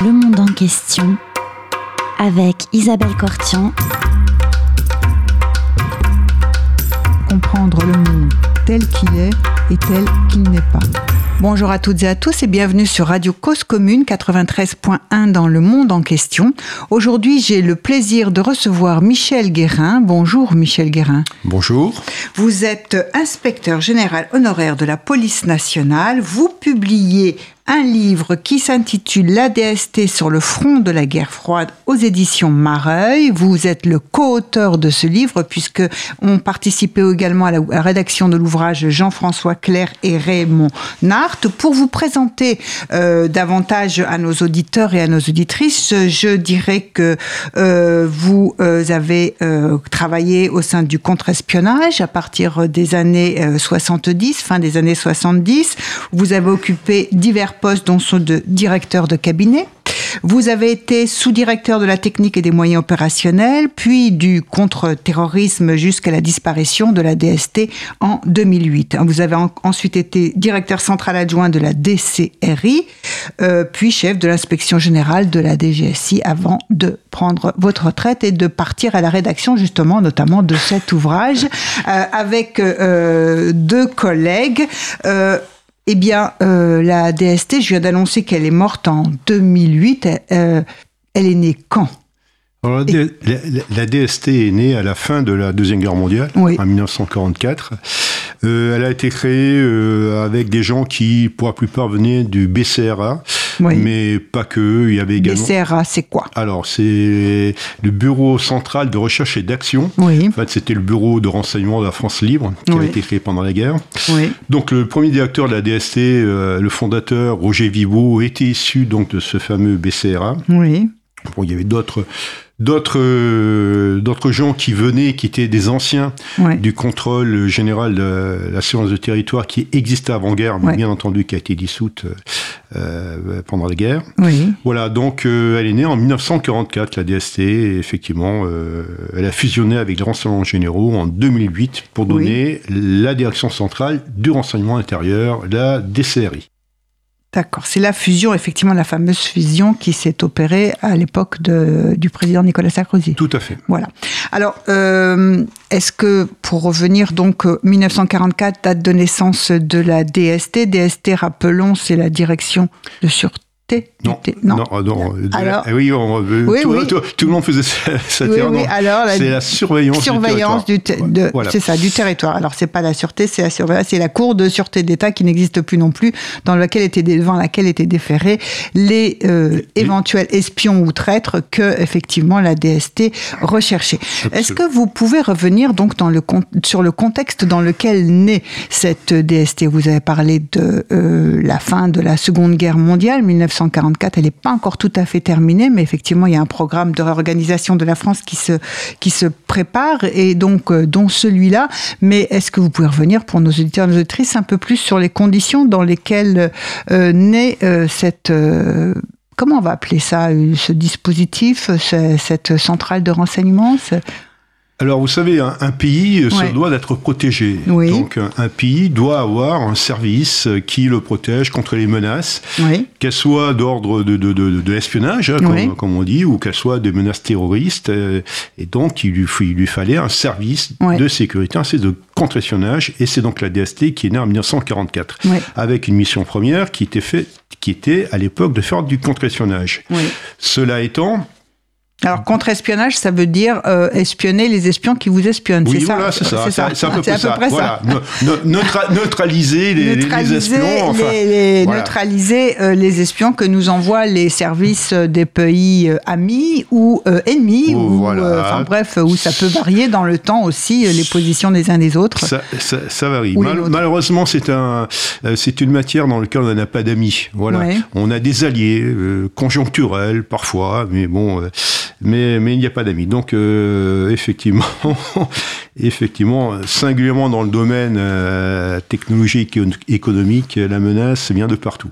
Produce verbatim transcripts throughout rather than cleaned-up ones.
Le monde en question avec Isabelle Cortian. Comprendre le monde tel qu'il est et tel qu'il n'est pas. Bonjour à toutes et à tous et bienvenue sur Radio Cause Commune quatre-vingt-treize point un dans le monde en question. Aujourd'hui, j'ai le plaisir de recevoir Michel Guérin. Bonjour Michel Guérin. Bonjour. Vous êtes inspecteur général honoraire de la police nationale. Vous publiez un livre qui s'intitule l'A D S T sur le front de la guerre froide aux éditions Mareuil. Vous êtes le co-auteur de ce livre puisque ont participé également à la, à la rédaction de l'ouvrage Jean-François Clerc et Raymond Nart. Pour vous présenter euh, davantage à nos auditeurs et à nos auditrices, je dirais que euh, vous euh, avez euh, travaillé au sein du contre-espionnage à partir des années euh, soixante-dix, fin des années soixante-dix. Vous avez occupé divers postes dont ceux de directeur de cabinet. Vous avez été sous-directeur de la technique et des moyens opérationnels, puis du contre-terrorisme jusqu'à la disparition de la D S T en deux mille huit. Vous avez en, ensuite été directeur central adjoint de la D C R I, euh, puis chef de l'inspection générale de la D G S I avant de prendre votre retraite et de partir à la rédaction justement notamment de cet ouvrage euh, avec euh, deux collègues. Euh, Eh bien, euh, la D S T, je viens d'annoncer qu'elle est morte en deux mille huit. Euh, elle est née quand ? Alors, la, D- la, la D S T est née à la fin de la Deuxième Guerre mondiale, oui. En dix-neuf cent quarante-quatre. Euh, elle a été créée euh, avec des gens qui, pour la plupart, venaient du B C R A, oui. Mais pas que. Il y avait également... B C R A, c'est quoi ? Alors, c'est le Bureau central de recherche et d'action. Oui. En fait, c'était le bureau de renseignement de la France libre qui oui. avait été créé pendant la guerre. Oui. Donc, le premier directeur de la D S T, euh, le fondateur, Roger Viveau, était issu donc, de ce fameux B C R A. Oui. Bon, il y avait d'autres... D'autres, euh, d'autres gens qui venaient, qui étaient des anciens ouais. du contrôle général de la surveillance de territoire qui existait avant-guerre, mais ouais. bien entendu qui a été dissoute euh, pendant la guerre. Oui. Voilà, donc euh, elle est née en dix-neuf cent quarante-quatre, la D S T, et effectivement, euh, elle a fusionné avec les renseignements généraux en deux mille huit pour donner oui. la direction centrale du renseignement intérieur, la D C R I. D'accord, c'est la fusion, effectivement, la fameuse fusion qui s'est opérée à l'époque de, du président Nicolas Sarkozy. Tout à fait. Voilà. Alors, euh, est-ce que, pour revenir donc, dix-neuf cent quarante-quatre, date de naissance de la D S T, D S T, rappelons, c'est la direction de sûreté. Non, non, non, non. Alors, oui, on, oui, tout, oui. Tout, tout le monde faisait ça. Oui, oui. Alors, c'est la surveillance, surveillance du territoire. Du te, de, voilà. C'est ça, du territoire. Alors, c'est pas la sûreté, c'est la surveillance, c'est la Cour de sûreté d'État qui n'existe plus non plus, dans laquelle étaient devant laquelle étaient déférés les euh, et, éventuels espions ou traîtres que effectivement la D S T recherchait. Absolument. Est-ce que vous pouvez revenir donc dans le sur le contexte dans lequel naît cette D S T ? Vous avez parlé de euh, la fin de la Seconde Guerre mondiale, dix-neuf cent quarante-quatre. Elle n'est pas encore tout à fait terminée, mais effectivement, il y a un programme de réorganisation de la France qui se, qui se prépare, et donc, euh, dont celui-là. Mais est-ce que vous pouvez revenir, pour nos auditeurs et nos auditrices, un peu plus sur les conditions dans lesquelles euh, naît euh, cette... Euh, comment on va appeler ça, ce dispositif, cette centrale de renseignement ? Alors, vous savez, un, un pays se ouais. doit d'être protégé. Oui. Donc, un, un pays doit avoir un service qui le protège contre les menaces, oui. qu'elles soient d'ordre de, de, de, de l'espionnage, hein, oui. comme, comme on dit, ou qu'elles soient des menaces terroristes. Et donc, il lui, il lui fallait un service oui. de sécurité, un service de contre-espionnage. Et c'est donc la D S T qui est née en dix-neuf cent quarante-quatre, oui. avec une mission première qui était, fait, qui était à l'époque de faire du contre-espionnage. Oui. Cela étant... Alors, contre-espionnage, ça veut dire euh, espionner les espions qui vous espionnent, oui, c'est voilà, ça. c'est ça. C'est, ça. c'est, c'est à peu c'est près, à peu près ça. ça. Voilà. Ne, neutra- neutraliser les, neutraliser les espions. Enfin, les, les, voilà. Neutraliser euh, les espions que nous envoient les services des pays euh, amis ou euh, ennemis. Oh, ou, voilà. euh, enfin bref, où ça peut varier dans le temps aussi, euh, les positions des uns des autres. Ça, ça, ça varie. Mal, malheureusement, c'est, un, euh, c'est une matière dans laquelle on n'a pas d'amis. Voilà. Ouais. On a des alliés, euh, conjoncturels parfois, mais bon, euh, mais, mais il n'y a pas d'amis. Donc, euh, effectivement, effectivement, singulièrement dans le domaine euh, technologique et économique, la menace vient de partout.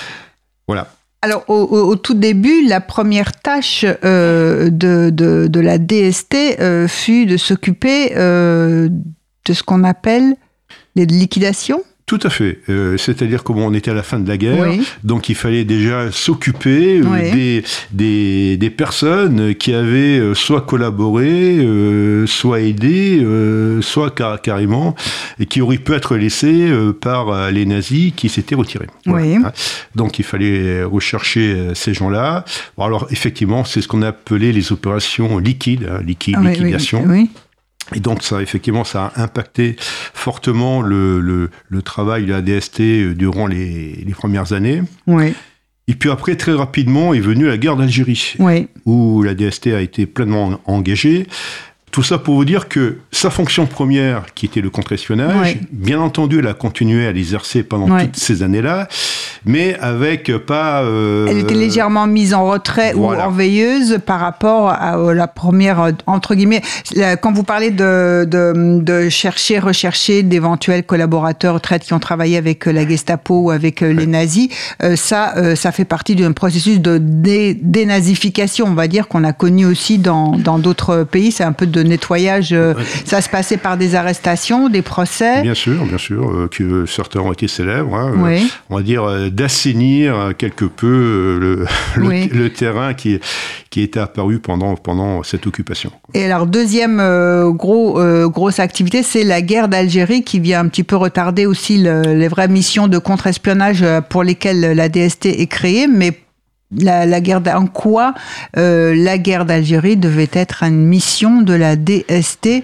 Voilà. Alors, au, au, au tout début, la première tâche euh, de, de, de la D S T euh, fut de s'occuper euh, de ce qu'on appelle les liquidations. Tout à fait. Euh, c'est-à-dire comment on était à la fin de la guerre, oui. donc il fallait déjà s'occuper euh, oui. des, des, des personnes qui avaient euh, soit collaboré, euh, soit aidé, euh, soit car- carrément, et qui auraient pu être laissées euh, par euh, les nazis qui s'étaient retirés. Voilà. Oui. Donc il fallait rechercher euh, ces gens-là. Bon, alors effectivement, c'est ce qu'on a appelé les opérations liquides, hein, liquide, oui, liquidation. Oui, oui. Et donc, ça, effectivement, ça a impacté fortement le, le, le travail de la D S T durant les, les premières années. Oui. Et puis après, très rapidement, est venue la guerre d'Algérie, oui. où la D S T a été pleinement engagée. Tout ça pour vous dire que sa fonction première, qui était le contre-espionnage, oui. bien entendu, elle a continué à l'exercer pendant oui. toutes ces années-là, mais avec pas... Euh, elle était légèrement mise en retrait voilà. ou en veilleuse par rapport à la première, entre guillemets... Quand vous parlez de, de, de chercher, rechercher d'éventuels collaborateurs traites qui ont travaillé avec la Gestapo ou avec oui. les nazis, ça, ça fait partie d'un processus de dé, dénazification, on va dire, qu'on a connu aussi dans, dans d'autres pays. C'est un peu de nettoyage. Ouais. Ça se passait par des arrestations, des procès. Bien sûr, bien sûr, euh, que certains ont été célèbres. Hein, oui. euh, on va dire euh, d'assainir quelque peu euh, le, le, oui. le terrain qui, qui était apparu pendant, pendant cette occupation. Et alors, deuxième euh, gros, euh, grosse activité, c'est la guerre d'Algérie qui vient un petit peu retarder aussi le, les vraies missions de contre-espionnage pour lesquelles la D S T est créée, mais La, la guerre en quoi euh, la guerre d'Algérie devait être une mission de la D S T.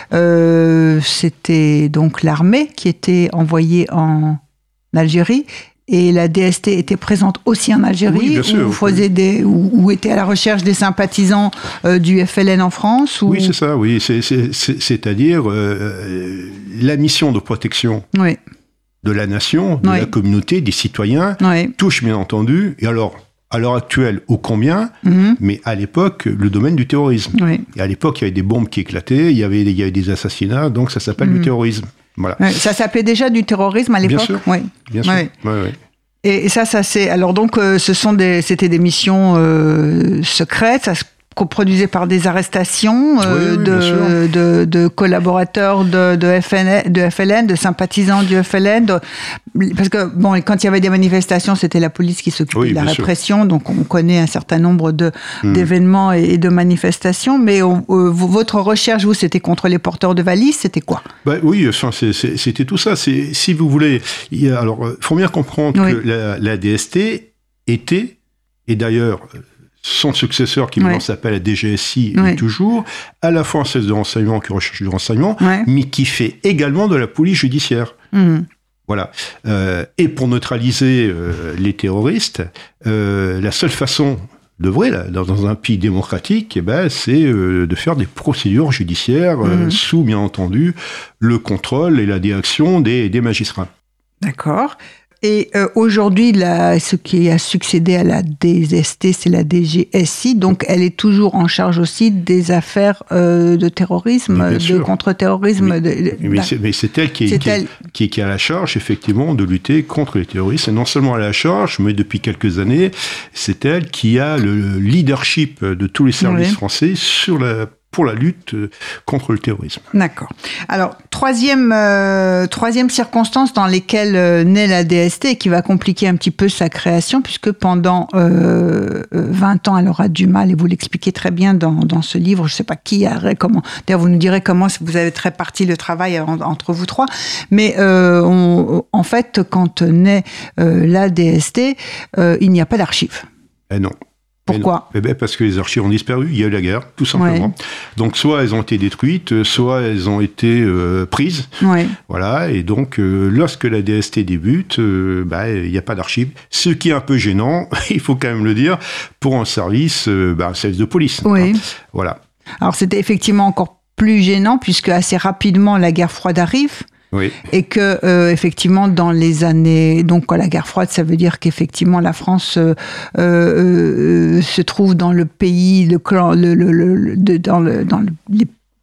Euh, c'était donc l'armée qui était envoyée en Algérie. Et la D S T était présente aussi en Algérie, oui, bien sûr, où, faisait des, où, où était à la recherche des sympathisants euh, du F L N en France. Ou... Oui, c'est ça, oui. C'est, c'est, c'est, c'est-à-dire euh, la mission de protection oui. de la nation, de oui. la communauté, des citoyens, oui. touche bien entendu. Et alors, à l'heure actuelle, ô combien, mm-hmm. mais à l'époque, le domaine du terrorisme. Oui. Et à l'époque, il y avait des bombes qui éclataient, il y avait, il y avait des assassinats, donc ça s'appelle mm-hmm. du terrorisme. Voilà. Oui, ça s'appelait déjà du terrorisme à l'époque. Bien sûr. Oui. Bien sûr. Oui. Oui, oui. Et, et ça, ça c'est alors donc, euh, ce sont des, c'était des missions euh, secrètes. Ça se produisait par des arrestations euh, oui, oui, de, de, de collaborateurs de, de, F N, de F L N, de sympathisants du F L N. De, parce que, bon, quand il y avait des manifestations, c'était la police qui s'occupait oui, de la répression. Sûr. Donc, on connaît un certain nombre de, mmh. d'événements et, et de manifestations. Mais on, euh, votre recherche, vous, c'était contre les porteurs de valises, c'était quoi ? Bah, oui, enfin, c'est, c'est, c'était tout ça. C'est, si vous voulez, il y a, alors, il faut bien comprendre oui. que la, la D S T était, et d'ailleurs... son successeur, qui maintenant ouais. s'appelle la D G S I, ouais. est toujours à la fois un service de renseignement qui recherche du renseignement, ouais. mais qui fait également de la police judiciaire. Mmh. Voilà. Euh, et pour neutraliser euh, les terroristes, euh, la seule façon de vrai, là, dans, dans un pays démocratique, eh ben, c'est euh, de faire des procédures judiciaires euh, mmh. sous, bien entendu, le contrôle et la direction des, des magistrats. D'accord. Et euh, aujourd'hui, la, ce qui a succédé à la D S T, c'est la D G S I. Donc, elle est toujours en charge aussi des affaires euh, de terrorisme, de sûr. contre-terrorisme. Mais, de, de, mais, c'est, mais c'est elle, qui est, c'est qui, elle. Qui, qui a la charge, effectivement, de lutter contre les terroristes. Et non seulement à la charge, mais depuis quelques années, c'est elle qui a le leadership de tous les services oui. français sur la pour la lutte contre le terrorisme. D'accord. Alors, troisième, euh, troisième circonstance dans lesquelles euh, naît la D S T et qui va compliquer un petit peu sa création, puisque pendant euh, vingt ans, elle aura du mal, et vous l'expliquez très bien dans, dans ce livre, je ne sais pas qui a, comment, d'ailleurs vous nous direz comment vous avez réparti le travail en, entre vous trois, mais euh, on, en fait, quand naît euh, la D S T, euh, il n'y a pas d'archives. Eh non. Pourquoi ? Eh ben parce que les archives ont disparu, il y a eu la guerre, tout simplement. Ouais. Donc soit elles ont été détruites, soit elles ont été euh, prises. Ouais. Voilà, et donc euh, lorsque la D S T débute, euh, bah, il n'y a pas d'archives. Ce qui est un peu gênant, il faut quand même le dire, pour un service, euh, bah, un service de police. Oui. Hein. Voilà. Alors c'était effectivement encore plus gênant, puisque assez rapidement la guerre froide arrive. Oui. Et que euh, effectivement dans les années, donc la guerre froide, ça veut dire qu'effectivement la France euh, euh, se trouve dans le pays, le clan, le, le, le, de, dans le dans le, les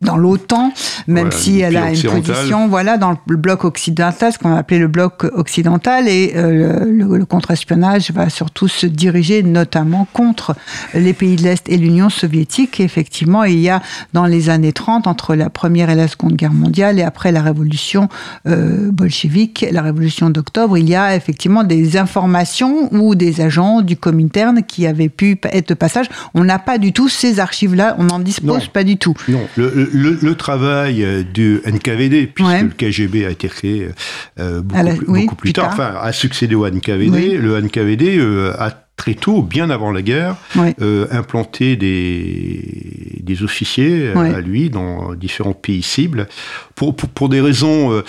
dans l'OTAN, même voilà, si elle a une position, voilà, dans le bloc occidental, ce qu'on a appelé le bloc occidental, et euh, le, le contre-espionnage va surtout se diriger notamment contre les pays de l'Est et l'Union soviétique. Et effectivement, il y a dans les années trente, entre la Première et la Seconde Guerre mondiale, et après la révolution euh, bolchevique, la révolution d'octobre, il y a effectivement des informations ou des agents du Comintern qui avaient pu être de passage. On n'a pas du tout ces archives-là, on n'en dispose non. pas du tout. Non, le, le, le travail du N K V D, puisque ouais. le K G B a été créé euh, beaucoup, la, oui, beaucoup plus, plus tard, tard, enfin a succédé au N K V D, oui. le N K V D euh, a très tôt, bien avant la guerre, ouais. euh, implanté des, des officiers ouais. à lui dans différents pays cibles pour, pour, pour des raisons, euh,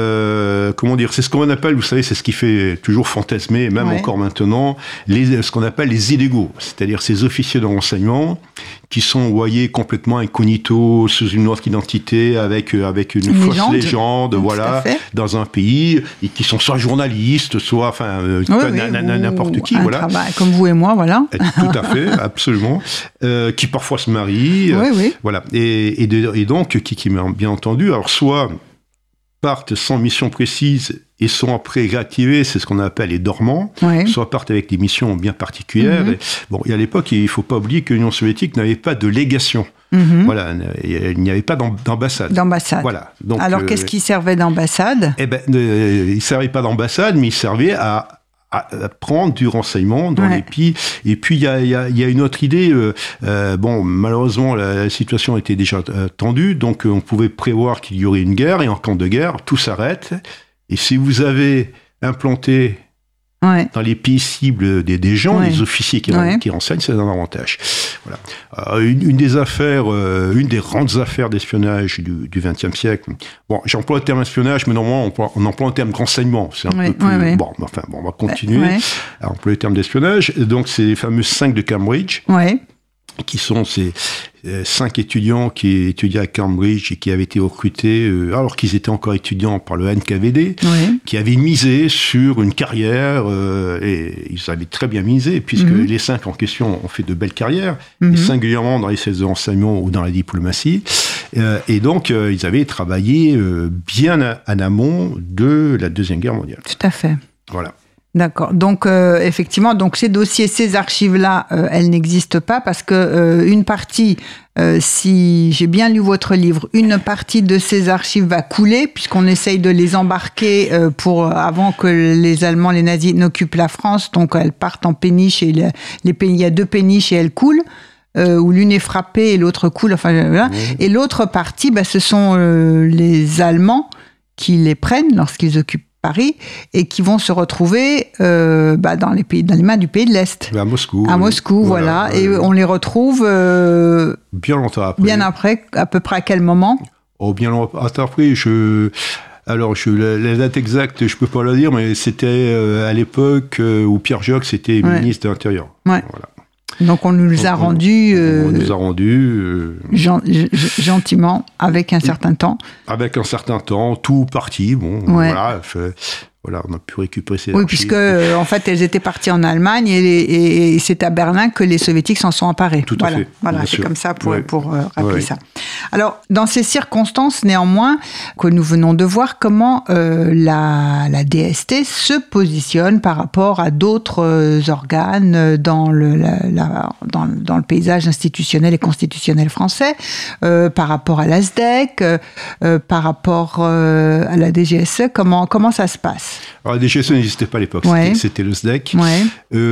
euh, comment dire, c'est ce qu'on appelle, vous savez, c'est ce qui fait toujours fantasmer, même ouais. encore maintenant, les, ce qu'on appelle les illégaux, c'est-à-dire ces officiers de renseignement qui sont envoyés complètement incognito, sous une autre identité, avec, avec une, une fausse légende, légende voilà, dans un pays, et qui sont soit journalistes, soit, enfin, oui, oui, n'importe qui, voilà. Travail, comme vous et moi, voilà. Tout à fait, absolument. Euh, qui parfois se marient, oui, oui. voilà. Et, et, de, et donc, qui, qui, bien entendu, alors soit partent sans mission précise et sont après réactivés, c'est ce qu'on appelle les dormants, oui. soit partent avec des missions bien particulières. Mm-hmm. Et, bon, et à l'époque, il ne faut pas oublier que l'Union soviétique n'avait pas de légation. Mm-hmm. Voilà, il n'y avait pas d'ambassade. D'ambassade. Voilà. Donc, alors, euh, qu'est-ce qui servait d'ambassade ? Eh ben, euh, il ne servait pas d'ambassade, mais il servait à à prendre du renseignement dans ouais. les pays. Et puis, il y a, y, a, y a une autre idée. Euh, euh, bon, malheureusement, la, la situation était déjà euh, tendue, donc euh, on pouvait prévoir qu'il y aurait une guerre, et en cas de guerre, tout s'arrête. Et si vous avez implanté ouais. dans les pays cibles des, des gens, ouais. les officiers qui, ouais. qui renseignent, c'est un avantage. Voilà. Euh, une, une des affaires, euh, une des grandes affaires d'espionnage du, du vingtième siècle. Bon, j'emploie le terme espionnage, mais normalement, on, emploie, on emploie le terme renseignement. C'est un ouais, peu plus. Ouais, ouais. Bon, enfin, bon, on va continuer ouais. à employer le terme d'espionnage. Donc, c'est les fameux cinq de Cambridge. Ouais. Qui sont ces euh, cinq étudiants qui étudiaient à Cambridge et qui avaient été recrutés, euh, alors qu'ils étaient encore étudiants par le N K V D, oui. qui avaient misé sur une carrière, euh, et ils avaient très bien misé, puisque mm-hmm. les cinq en question ont fait de belles carrières, mm-hmm. et singulièrement dans les services de renseignement ou dans la diplomatie. Euh, et donc, euh, ils avaient travaillé euh, bien en amont de la Deuxième Guerre mondiale. Tout à fait. Voilà. D'accord. Donc euh, effectivement, donc ces dossiers, ces archives-là, euh, elles n'existent pas parce que euh, une partie, euh, si j'ai bien lu votre livre, une partie de ces archives va couler puisqu'on essaye de les embarquer euh, pour avant que les Allemands, les nazis n'occupent la France. Donc elles partent en péniche et les, les pays, il y a deux péniches et elles coulent. Euh, où l'une est frappée et l'autre coule. Enfin voilà. Mmh. Et l'autre partie, bah, ce sont euh, les Allemands qui les prennent lorsqu'ils occupent Paris, et qui vont se retrouver euh, bah, dans, les pays, dans les mains du pays de l'Est. À Moscou. À Moscou, oui. voilà. voilà. Et euh, on les retrouve... Euh, bien longtemps après. Bien après, à peu près à quel moment ? Oh, bien longtemps après, je... Alors, je, la, la date exacte, je ne peux pas la dire, mais c'était euh, à l'époque euh, où Pierre Joxe était ouais. ministre de l'Intérieur. Ouais. Voilà. Donc on nous a rendus... Euh, on nous a rendus... Euh, gen- gentiment, avec un certain temps. Avec un certain temps, tout parti, bon, ouais. voilà... Fait, Voilà, on a pu récupérer ces Oui, archives. puisque euh, en fait, elles étaient parties en Allemagne et, et, et c'est à Berlin que les Soviétiques s'en sont emparés. Tout voilà, à fait. Voilà, bien c'est sûr. comme ça pour, ouais. pour euh, rappeler ouais. ça. Alors, dans ces circonstances, néanmoins, que nous venons de voir, comment euh, la, la D S T se positionne par rapport à d'autres euh, organes dans le, la, la, dans, dans le paysage institutionnel et constitutionnel français, euh, par rapport à l'A S D E C, euh, par rapport euh, à la D G S E, comment, comment ça se passe ? Alors, la D G S E n'existait pas à l'époque, ouais. c'était, c'était le S D E C. Ouais.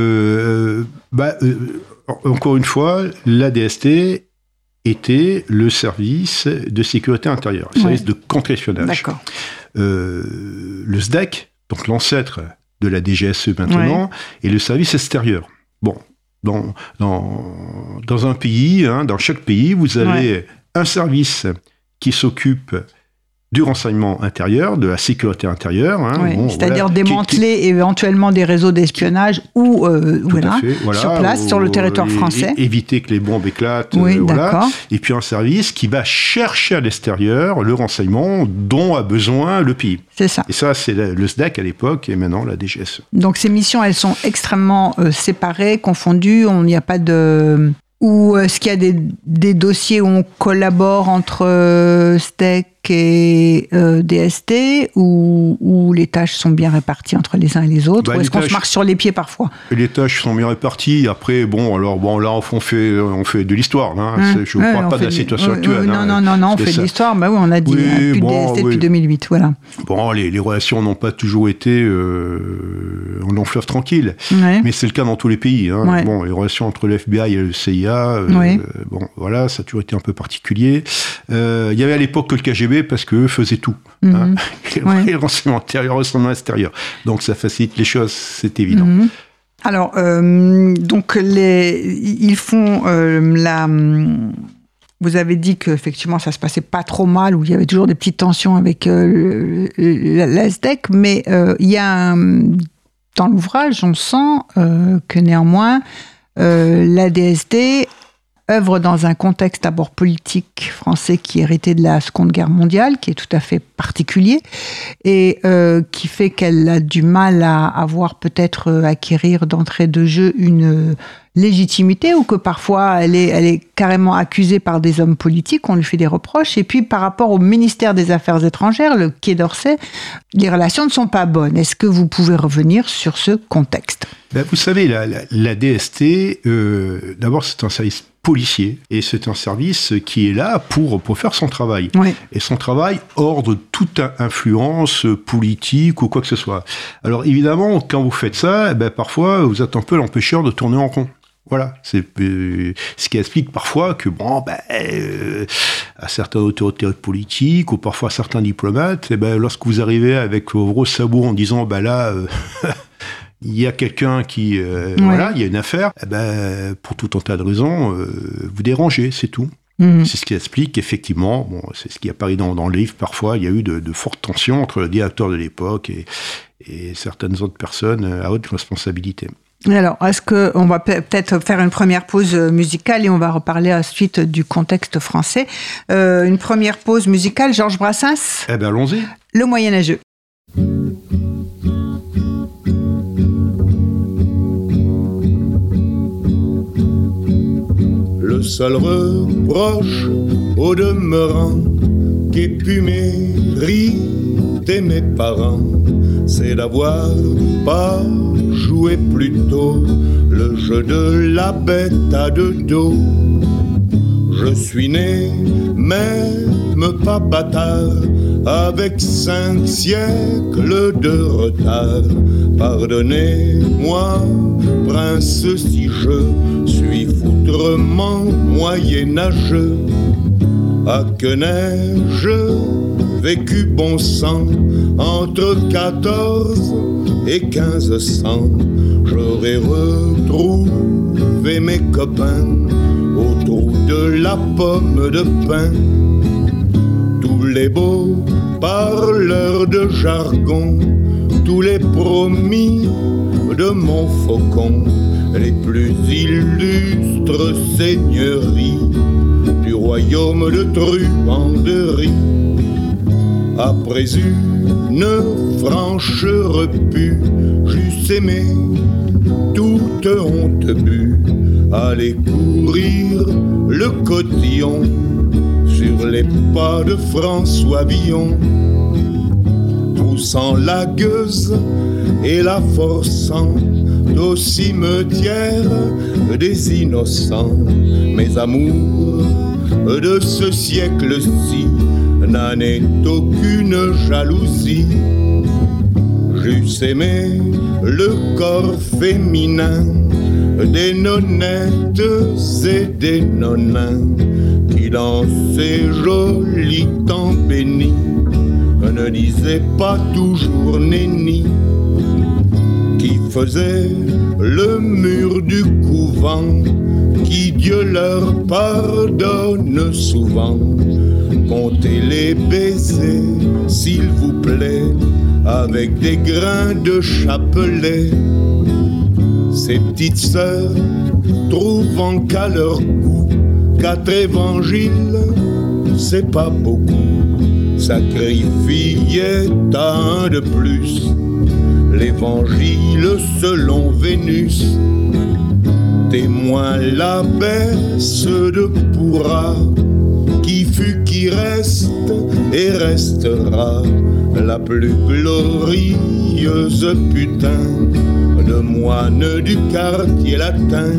Euh, bah, euh, encore une fois, la D S T était le service de sécurité intérieure, le ouais. service de contre-espionnage. D'accord. Euh, le S D E C, donc l'ancêtre de la D G S E maintenant, ouais. est le service extérieur. Bon, dans, dans, dans un pays, hein, dans chaque pays, vous avez ouais. un service qui s'occupe du renseignement intérieur, de la sécurité intérieure. Hein, oui, bon, c'est-à-dire voilà, démanteler qui, qui, éventuellement des réseaux d'espionnage ou euh, voilà, fait, voilà, sur place, ou, sur le territoire et, français. Et, éviter que les bombes éclatent. Oui, euh, d'accord. Voilà. Et puis un service qui va chercher à l'extérieur le renseignement dont a besoin le pays. C'est ça. Et ça, c'est le S D E C à l'époque et maintenant la D G S E. Donc ces missions, elles sont extrêmement euh, séparées, confondues. Il n'y a pas de... Ou est-ce qu'il y a des, des dossiers où on collabore entre euh, S T E C et euh, D S T, où, où les tâches sont bien réparties entre les uns et les autres, bah, ou est-ce qu'on tâches, se marche sur les pieds parfois? Les tâches sont bien réparties. Après, bon, alors bon, là, on fait, on fait de l'histoire. Hein. Hein, je ne ouais, parle pas de la situation du... actuelle. Euh, non, hein, non, non, non, on fait de l'histoire. Bah oui, on a dit oui, hein, plus bon, de D S T oui. depuis deux mille huit, voilà. Bon, les, les relations n'ont pas toujours été euh, en long fleuve tranquille, ouais. mais c'est le cas dans tous les pays. Hein. Ouais. Bon, les relations entre le F B I et le C I A, euh, ouais. euh, bon, voilà, ça a toujours été un peu particulier. Euh, il y avait à l'époque que le K G B parce qu'eux faisaient tout. Mm-hmm. Hein. Ouais. Les renseignements intérieurs, les renseignements extérieurs. Donc ça facilite les choses, c'est évident. Mm-hmm. Alors, euh, donc les, ils font euh, la. Vous avez dit qu'effectivement ça se passait pas trop mal, où il y avait toujours des petites tensions avec euh, la, la S D E C, mais euh, il y a un, dans l'ouvrage, on sent euh, que néanmoins euh, la D S D œuvre dans un contexte d'abord politique français qui est hérité de la Seconde Guerre mondiale, qui est tout à fait particulier, et euh, qui fait qu'elle a du mal à avoir peut-être euh, acquérir d'entrée de jeu une légitimité, ou que parfois elle est, elle est carrément accusée par des hommes politiques, on lui fait des reproches. Et puis par rapport au ministère des Affaires étrangères, le Quai d'Orsay, les relations ne sont pas bonnes. Est-ce que vous pouvez revenir sur ce contexte ? Ben, vous savez, la, la, la D S T, euh, d'abord c'est un service policier, et c'est un service qui est là pour, pour faire son travail. Oui. Et son travail hors de toute influence politique ou quoi que ce soit. Alors évidemment, quand vous faites ça, ben, parfois vous êtes un peu l'empêcheur de tourner en rond. Voilà, c'est euh, ce qui explique parfois que, bon, ben, euh, à certaines autorités politiques ou parfois à certains diplomates, eh ben, lorsque vous arrivez avec vos gros sabots en disant, ben là, euh, il y a quelqu'un qui, euh, ouais. voilà, il y a une affaire, eh ben, pour tout un tas de raisons, euh, vous dérangez, c'est tout. Mmh. C'est ce qui explique qu'effectivement, bon, c'est ce qui apparaît dans, dans le livre, parfois, il y a eu de, de fortes tensions entre le directeur de l'époque et, et certaines autres personnes à haute responsabilité. Alors, est-ce qu'on va peut-être faire une première pause musicale et on va reparler ensuite du contexte français. Euh, une première pause musicale, Georges Brassens. Eh bien, allons-y. Le Moyen-Âgeux. Le seul reproche au demeurant qu'aient pu mériter mes parents, c'est d'avoir pas joué plus tôt le jeu de la bête à deux dos. Je suis né, même pas bâtard, avec cinq siècles de retard. Pardonnez-moi, prince, si je suis foutrement moyenâgeux. À que n'ai-je vécu bon sang entre quatorze et quinze cents. J'aurais retrouvé mes copains au trou de la pomme de pin. Tous les beaux parleurs de jargon, tous les promis de Montfaucon, les plus illustres seigneuries du royaume de Truanderie. Après une franche repu, j'eusse aimé toute honte bue, aller courir le cotillon sur les pas de François Villon, poussant la gueuse et la forçant au cimetière des innocents. Mes amours de ce siècle-ci n'en est aucune jalousie. J'eusse aimé le corps féminin des nonnettes et des nonins qui dans ces jolis temps bénis ne disaient pas toujours nenni, qui faisaient le mur du couvent, qui Dieu leur pardonne souvent. Comptez les baisers, s'il vous plaît, avec des grains de chapelet. Ces petites sœurs, trouvant qu'à leur goût, quatre évangiles, c'est pas beaucoup, sacrifiaient à un de plus l'évangile selon Vénus. témoin la baisse de pourra, qui fut, qui reste et restera la plus glorieuse putain de moine du quartier latin.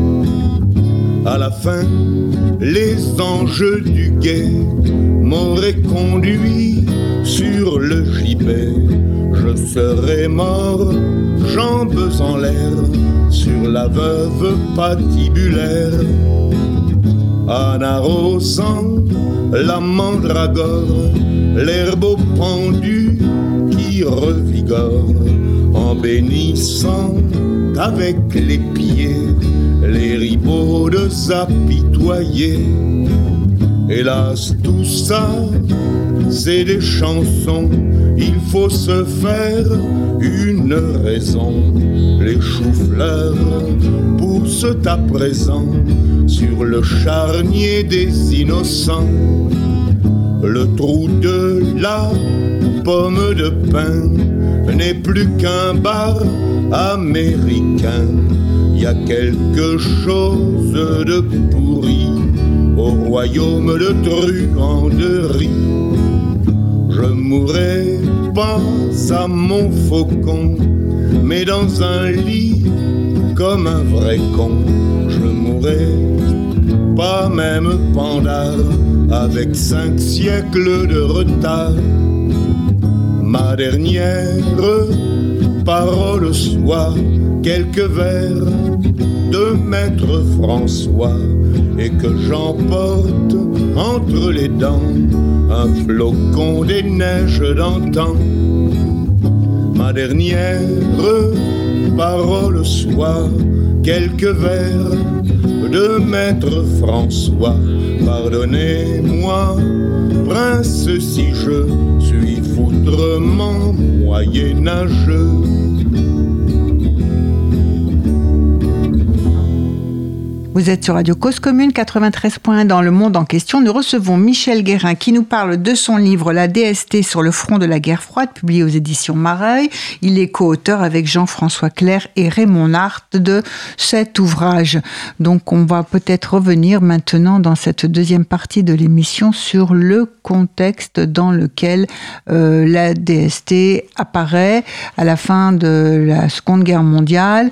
À la fin, les anges du guet m'auraient conduit sur le gibet. Je serais mort, jambes en l'air, sur la veuve patibulaire. En arrosant la mandragore, l'herbe pendu qui revigore, en bénissant avec les pieds les ribaudes apitoyées. Hélas, tout ça, c'est des chansons, il faut se faire une raison. Les choux-fleurs poussent à présent sur le charnier des innocents. Le trou de la pomme de pin n'est plus qu'un bar américain. Y a quelque chose de pourri au royaume de truanderie. Je mourrai pas à mon faucon, mais dans un lit comme un vrai con. Je mourrai pas même pendard, avec cinq siècles de retard. Ma dernière parole soit quelques vers de Maître François, et que j'emporte entre les dents un flocon des neiges d'antan. Ma dernière parole soit quelques vers de Maître François. Pardonnez-moi, prince, si je suis foutrement moyenâgeux. Vous êtes sur Radio Cause Commune, quatre-vingt-treize point un dans le monde en question. Nous recevons Michel Guérin qui nous parle de son livre « La D S T sur le front de la guerre froide » publié aux éditions Mareuil. Il est co-auteur avec Jean-François Clerc et Raymond Hart de cet ouvrage. Donc on va peut-être revenir maintenant dans cette deuxième partie de l'émission sur le contexte dans lequel euh, la D S T apparaît à la fin de la Seconde Guerre mondiale.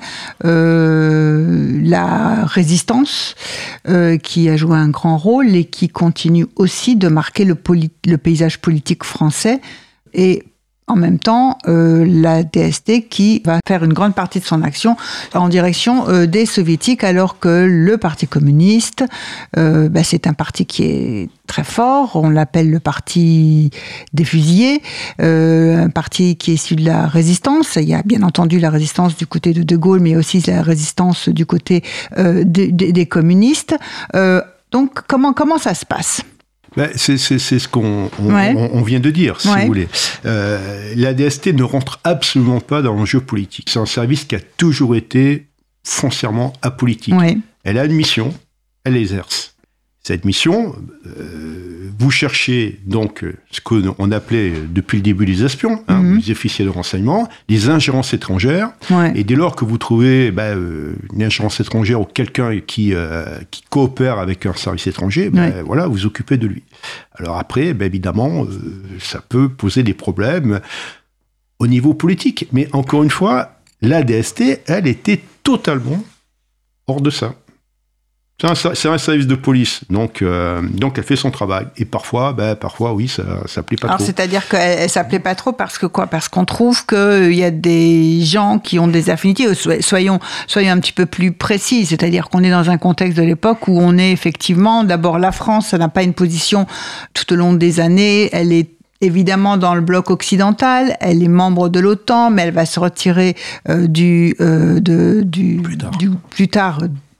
Euh, la résistance Euh, qui a joué un grand rôle et qui continue aussi de marquer le, poli- le paysage politique français. Et en même temps, euh, la D S T qui va faire une grande partie de son action en direction euh, des soviétiques, alors que le Parti communiste, euh, bah, c'est un parti qui est très fort, on l'appelle le parti des fusillés, euh, un parti qui est issu de la résistance. Il y a bien entendu la résistance du côté de De Gaulle, mais aussi la résistance du côté euh, des, des, des communistes. Euh, donc, comment, comment ça se passe ? Ben, c'est, c'est, c'est ce qu'on on, ouais. on, on vient de dire, si ouais. vous voulez. Euh, la D S T ne rentre absolument pas dans l'enjeu politique. C'est un service qui a toujours été foncièrement apolitique. Ouais. Elle a une mission, elle l'exerce. Cette mission, euh, vous cherchez donc ce qu'on appelait depuis le début les espions, hein, mm-hmm. les officiers de renseignement, les ingérences étrangères. Ouais. Et dès lors que vous trouvez bah, euh, une ingérence étrangère ou quelqu'un qui, euh, qui coopère avec un service étranger, bah, ouais. voilà, vous occupez de lui. Alors après, bah, évidemment, euh, ça peut poser des problèmes au niveau politique. Mais encore une fois, la D S T, elle était totalement hors de ça. C'est un, c'est un service de police, donc, euh, donc elle fait son travail. Et parfois, ben, parfois oui, ça ne plaît pas Alors, trop. C'est-à-dire qu'elle ne plaît pas trop parce que quoi ? Parce qu'on trouve qu'il y a des gens qui ont des affinités. Soyons, soyons un petit peu plus précis, c'est-à-dire qu'on est dans un contexte de l'époque où on est effectivement, d'abord la France, ça n'a pas une position tout au long des années, elle est évidemment dans le bloc occidental, elle est membre de l'OTAN, mais elle va se retirer euh, du, euh, de, du, plus tard. Du, plus tard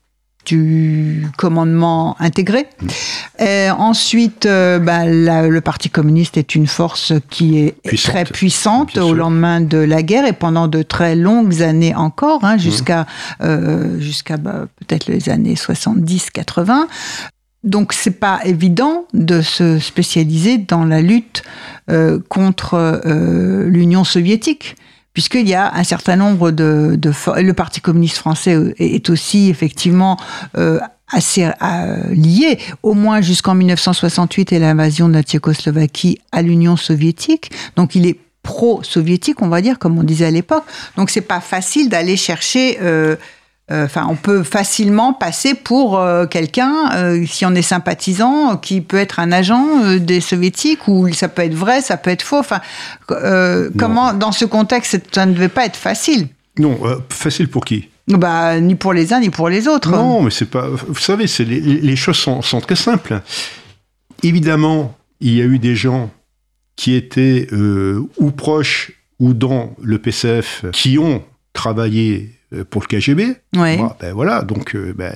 du commandement intégré. Mmh. Et ensuite, euh, bah, la, le Parti communiste est une force qui est puissante. Très puissante Bien au sûr. Lendemain de la guerre et pendant de très longues années encore, hein, jusqu'à, mmh. euh, jusqu'à bah, peut-être les années soixante-dix quatre-vingts. Donc, c'est pas évident de se spécialiser dans la lutte euh, contre euh, l'Union soviétique, puisqu'il y a un certain nombre de... de le Parti communiste français est aussi effectivement euh, assez euh, lié, au moins jusqu'en mille neuf cent soixante-huit et l'invasion de la Tchécoslovaquie à l'Union soviétique. Donc il est pro-soviétique, on va dire, comme on disait à l'époque. Donc c'est pas facile d'aller chercher... Euh, Enfin, euh, on peut facilement passer pour euh, quelqu'un, euh, si on est sympathisant, qui peut être un agent euh, des soviétiques, ou ça peut être vrai, ça peut être faux. Enfin, euh, comment, dans ce contexte, ça ne devait pas être facile. Non, euh, facile pour qui ? Bah, ni pour les uns, ni pour les autres. Non, mais c'est pas... Vous savez, c'est les, les choses sont, sont très simples. Évidemment, il y a eu des gens qui étaient euh, ou proches ou dans le P C F qui ont travaillé pour le K G B. Ouais. Bon, ben voilà, donc, euh, ben,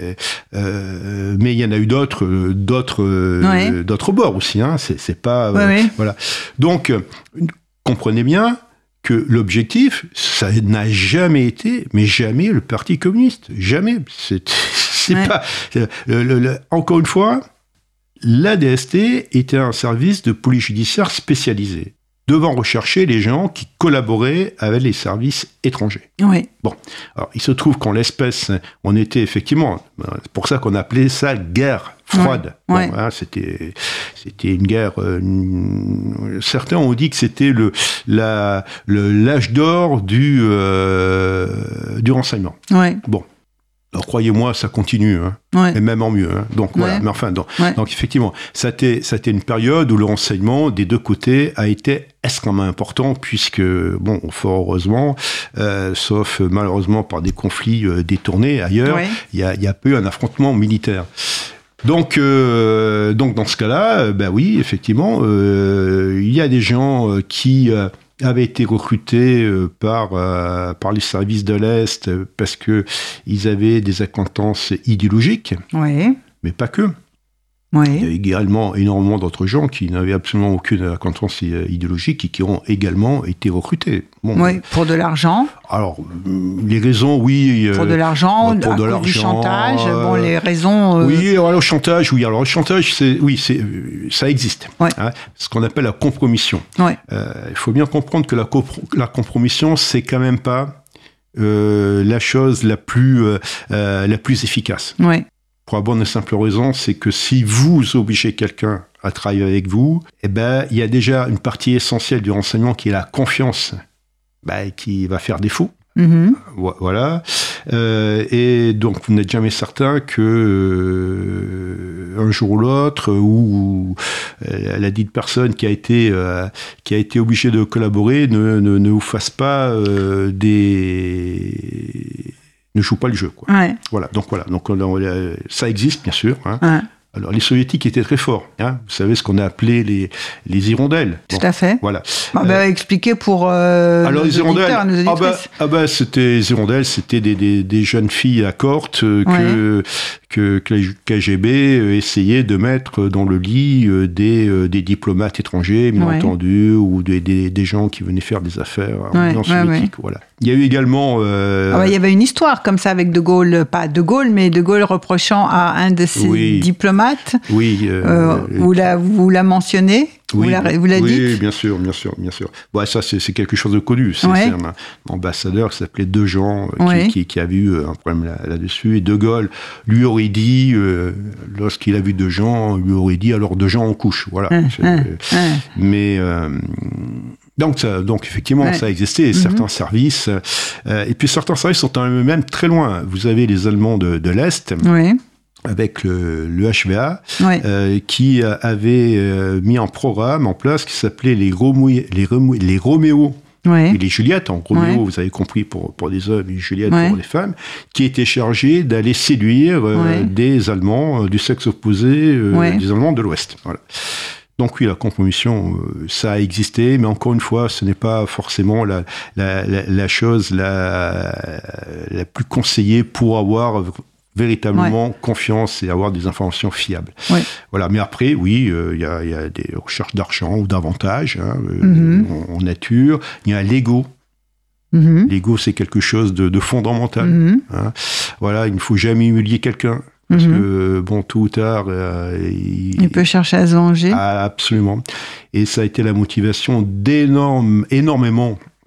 euh, mais il y en a eu d'autres, d'autres, ouais. euh, d'autres bords aussi. Hein. C'est, c'est pas, ouais, euh, ouais. voilà. Donc, euh, comprenez bien que l'objectif, ça n'a jamais été, mais jamais le Parti communiste, jamais. C'est, c'est ouais. pas. Le, le, le, encore une fois, l'A D S T était un service de police judiciaire spécialisé, devant rechercher les gens qui collaboraient avec les services étrangers. Oui. Bon, alors il se trouve qu'en l'espèce, on était effectivement, c'est pour ça qu'on appelait ça guerre froide. Ouais. Bon, Ouais. hein, c'était, c'était une guerre. Euh, une, certains ont dit que c'était le, la, le l'âge d'or du euh, du renseignement. Oui. Bon. Alors, croyez-moi, ça continue, hein. Ouais. Et même en mieux. Hein. Donc, voilà. Ouais. Mais enfin, donc, ouais. donc effectivement, ça a été, ça a été une période où le renseignement des deux côtés a été extrêmement important, puisque, bon, fort heureusement, euh, sauf malheureusement par des conflits euh, détournés ailleurs, ouais. il y a, il y a peu un affrontement militaire. Donc, euh, donc dans ce cas-là, ben oui, effectivement, euh, il y a des gens euh, qui euh, avaient été recrutés euh, par euh, par les services de l'Est euh, parce que ils avaient des acquaintances idéologiques, oui. mais pas que. Oui. Il y a également énormément d'autres gens qui n'avaient absolument aucune acquaintance idéologique et qui ont également été recrutés. Bon, oui, pour de l'argent. Alors, les raisons, oui. Pour de l'argent, pour à de cause l'argent, du chantage. Euh, bon, les raisons. Euh... Oui, alors le chantage, oui. Alors le chantage, c'est, oui, c'est, ça existe. Ouais. Hein, ce qu'on appelle la compromission. Ouais. Euh, il faut bien comprendre que la, compro- la compromission, c'est quand même pas euh, la chose la plus, euh, euh, la plus efficace. Ouais. Pour la bonne et simple raison, c'est que si vous obligez quelqu'un à travailler avec vous, eh ben, il y a déjà une partie essentielle du renseignement qui est la confiance, ben, qui va faire défaut. Mm-hmm. Voilà. Euh, et donc, vous n'êtes jamais certain que euh, un jour ou l'autre, ou euh, la dite personne qui a été euh, qui a été obligée de collaborer ne ne, ne vous fasse pas euh, des ne joue pas le jeu, quoi. Ouais. Voilà. Donc voilà. Donc euh, ça existe bien sûr. Hein. Ouais. Alors, les soviétiques étaient très forts. Hein. Vous savez ce qu'on a appelé les, les hirondelles. Tout bon, à fait. Voilà. Bah, bah, euh, expliquez pour euh, alors, nos les hirondelles, auditeurs, nos ah bah, ah bah, c'était les hirondelles, c'était des, des, des jeunes filles à corte euh, que, ouais. que, que le K G B essayait de mettre dans le lit euh, des, euh, des diplomates étrangers, bien ouais. entendu, ou des, des, des gens qui venaient faire des affaires en ouais, Union soviétique. Ouais, ouais. Voilà. Il y a eu également... Euh... Ah bah, il y avait une histoire comme ça avec De Gaulle, pas De Gaulle, mais De Gaulle reprochant à un de ses oui. diplomates. Oui. Euh, euh, vous, la, vous la mentionnez oui, vous la, vous la oui, dites oui, bien sûr, bien sûr, bien sûr. Bon, ça, c'est, c'est quelque chose de connu. C'est, ouais. c'est un, un ambassadeur qui s'appelait Dejean, euh, ouais. qui, qui, qui avait eu un problème là, là-dessus. Et De Gaulle lui aurait dit, euh, lorsqu'il a vu Dejean, lui aurait dit, alors Dejean en couche. Voilà. Hein, hein, hein. Mais... Euh, Donc, ça, donc, effectivement, ouais. ça existait, mm-hmm. certains services. Euh, et puis, certains services sont même très loin. Vous avez les Allemands de, de l'Est, ouais. avec le, le H V A, ouais. euh, qui avait euh, mis un programme en place qui s'appelait les, Romou- les, Romou- les Roméo. Ouais. Et les Juliettes, en Roméo, ouais. vous avez compris, pour, pour les hommes, et Juliette ouais. pour les femmes, qui étaient chargés d'aller séduire euh, ouais. des Allemands euh, du sexe opposé, euh, ouais. des Allemands de l'Ouest. Voilà. Donc oui, la compromission, euh, ça a existé, mais encore une fois, ce n'est pas forcément la, la, la, la chose la, la plus conseillée pour avoir véritablement ouais. confiance et avoir des informations fiables. Ouais. Voilà. Mais après, oui, il euh, y, a, y a des recherches d'argent ou d'avantages hein, mm-hmm. en, en nature. Il y a l'ego. Mm-hmm. L'ego, c'est quelque chose de, de fondamental. Mm-hmm. Hein. Voilà, il ne faut jamais humilier quelqu'un. Parce mm-hmm. que, bon, tôt ou tard... Euh, il, il peut chercher à se venger. Ah, absolument. Et ça a été la motivation d'énormes, énormément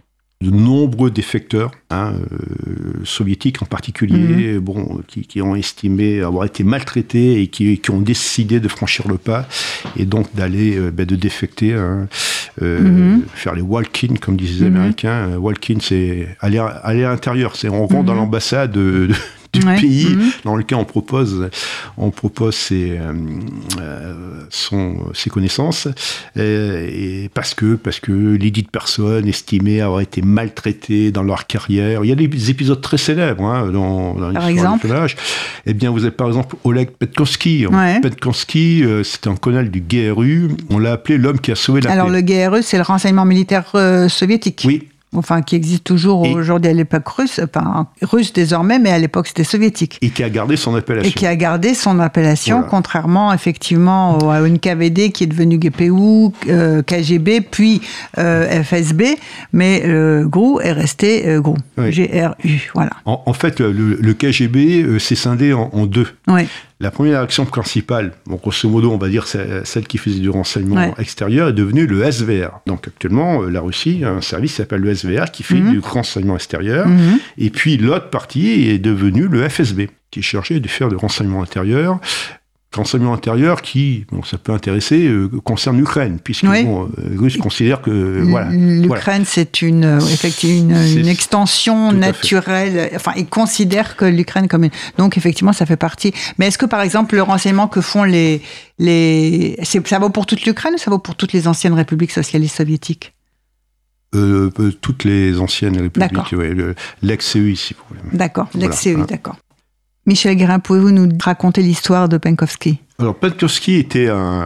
de nombreux défecteurs, hein, euh, soviétiques en particulier, mmh. bon, qui, qui ont estimé avoir été maltraités et qui, qui ont décidé de franchir le pas et donc d'aller, euh, ben, de défecter, hein, euh, mmh. faire les walk-in, comme disent les mmh. Américains. Walk-in, c'est aller, aller à l'intérieur, c'est on rentre mmh. dans l'ambassade de, de du ouais. pays mmh. dans lequel on propose, on propose ses, euh, son, ses connaissances, et, et parce que parce que les dites personnes estimées avoir été maltraitées dans leur carrière. Il y a des épisodes très célèbres, hein, dans, dans l'histoire du colonel. Eh bien, vous avez par exemple Oleg Penkovsky. Ouais. Penkovsky, euh, c'était un colonel du G R U. On l'a appelé l'homme qui a sauvé la Alors, paix. Alors le G R U, c'est le renseignement militaire euh, soviétique. Oui. Enfin, qui existe toujours et aujourd'hui à l'époque russe, enfin russe désormais, mais à l'époque c'était soviétique. Et qui a gardé son appellation. Et qui a gardé son appellation, voilà. Contrairement effectivement au, à N K V D qui est devenu G P U, euh, K G B, puis euh, F S B, mais le G R U est resté euh, G R U, oui. G R U, voilà. En, en fait, le, le K G B euh, s'est scindé en, en deux. Oui. La première action principale, bon, grosso modo, on va dire celle qui faisait du renseignement ouais. extérieur, est devenue le S V R. Donc actuellement, la Russie a un service qui s'appelle le S V R qui fait mmh. du renseignement extérieur. Mmh. Et puis l'autre partie est devenue le F S B, qui cherchait de faire du renseignement intérieur. Renseignement intérieur qui, bon, ça peut intéresser, euh, concerne l'Ukraine, puisque oui. bon, euh, les Russes considèrent que euh, voilà. L'Ukraine, voilà. c'est une euh, effectivement une, une extension naturelle. Enfin, ils considèrent que l'Ukraine comme une. Donc effectivement, ça fait partie. Mais est-ce que par exemple le renseignement que font les les, c'est, ça vaut pour toute l'Ukraine ou ça vaut pour toutes les anciennes républiques socialistes soviétiques? Euh, toutes les anciennes républiques, ouais, le, l'ex-C E I, si vous voulez. D'accord, l'ex-C E I, voilà. D'accord. Michel Guérin, pouvez-vous nous raconter l'histoire de Penkovsky? Alors, Penkovsky était un,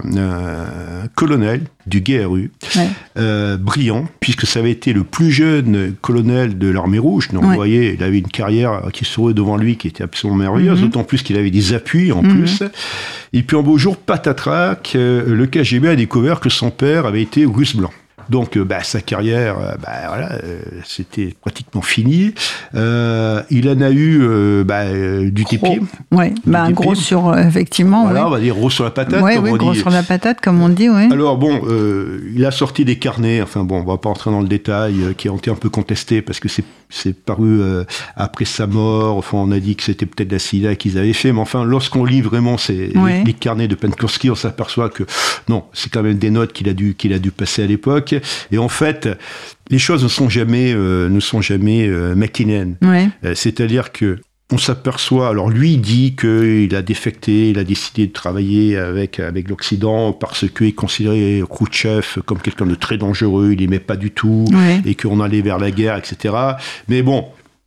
un colonel du G R U, ouais. euh, brillant, puisque ça avait été le plus jeune colonel de l'armée rouge. Donc, ouais. vous voyez, il avait une carrière qui s'ouvrait devant lui qui était absolument merveilleuse, mm-hmm. d'autant plus qu'il avait des appuis en mm-hmm. plus. Et puis, un beau jour, patatrac, le K G B a découvert que son père avait été russe blanc. Donc, bah, sa carrière, bah, voilà, euh, c'était pratiquement fini. Euh, il en a eu euh, bah, du tépier. Oui, bah, un gros sur, effectivement. Voilà, ouais. on va dire gros sur la patate. Oui, comme oui, on gros dit. sur la patate, comme on dit, oui. Alors, bon, euh, il a sorti des carnets, enfin bon, on va pas entrer dans le détail, euh, qui ont été un peu contestés parce que c'est, c'est paru euh, après sa mort. Enfin, on a dit que c'était peut-être la sida qu'ils avaient fait, mais enfin, lorsqu'on lit vraiment ces, oui. les, les carnets de Penkovsky, on s'aperçoit que non, c'est quand même des notes qu'il a dû, qu'il a dû passer à l'époque. Et en fait, les choses ne sont jamais, euh, ne sont jamais euh, maquinaines. Ouais. Euh, c'est-à-dire que on s'aperçoit. Alors lui il dit qu'il a défecté, il a décidé de travailler avec avec l'Occident parce qu'il considérait Khrouchtchev comme quelqu'un de très dangereux. Il l'aimait pas du tout ouais. et qu'on allait vers la guerre, et cetera. Mais bon.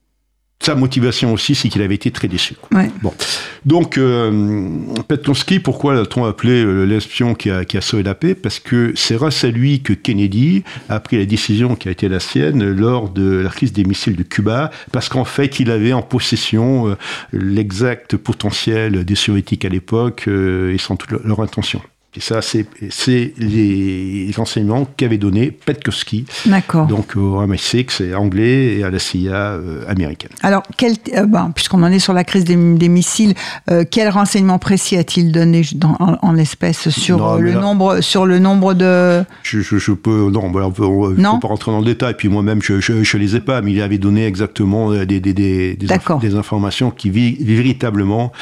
Sa motivation aussi, c'est qu'il avait été très déçu. Ouais. Bon. Donc, euh, Penkovsky, pourquoi l'a-t-on appelé euh, l'espion qui a, qui a sauvé la paix? Parce que c'est grâce à lui que Kennedy a pris la décision qui a été la sienne lors de la crise des missiles de Cuba, parce qu'en fait, il avait en possession euh, l'exact potentiel des soviétiques à l'époque euh, et sans toute leur, leur intention. Et ça, c'est, c'est les renseignements qu'avait donné Penkovsky. D'accord. Donc au M I six anglais et à la C I A euh, américaine. Alors, quel, euh, ben, puisqu'on en est sur la crise des, des missiles, euh, quel renseignement précis a-t-il donné dans, en, en espèces sur, non, le là, nombre, sur le nombre de... Je, je, je peux... Non, on ne peut pas rentrer dans le détail. Puis moi-même, je ne les ai pas, mais il avait donné exactement des, des, des, des, inf- des informations qui vi- véritablement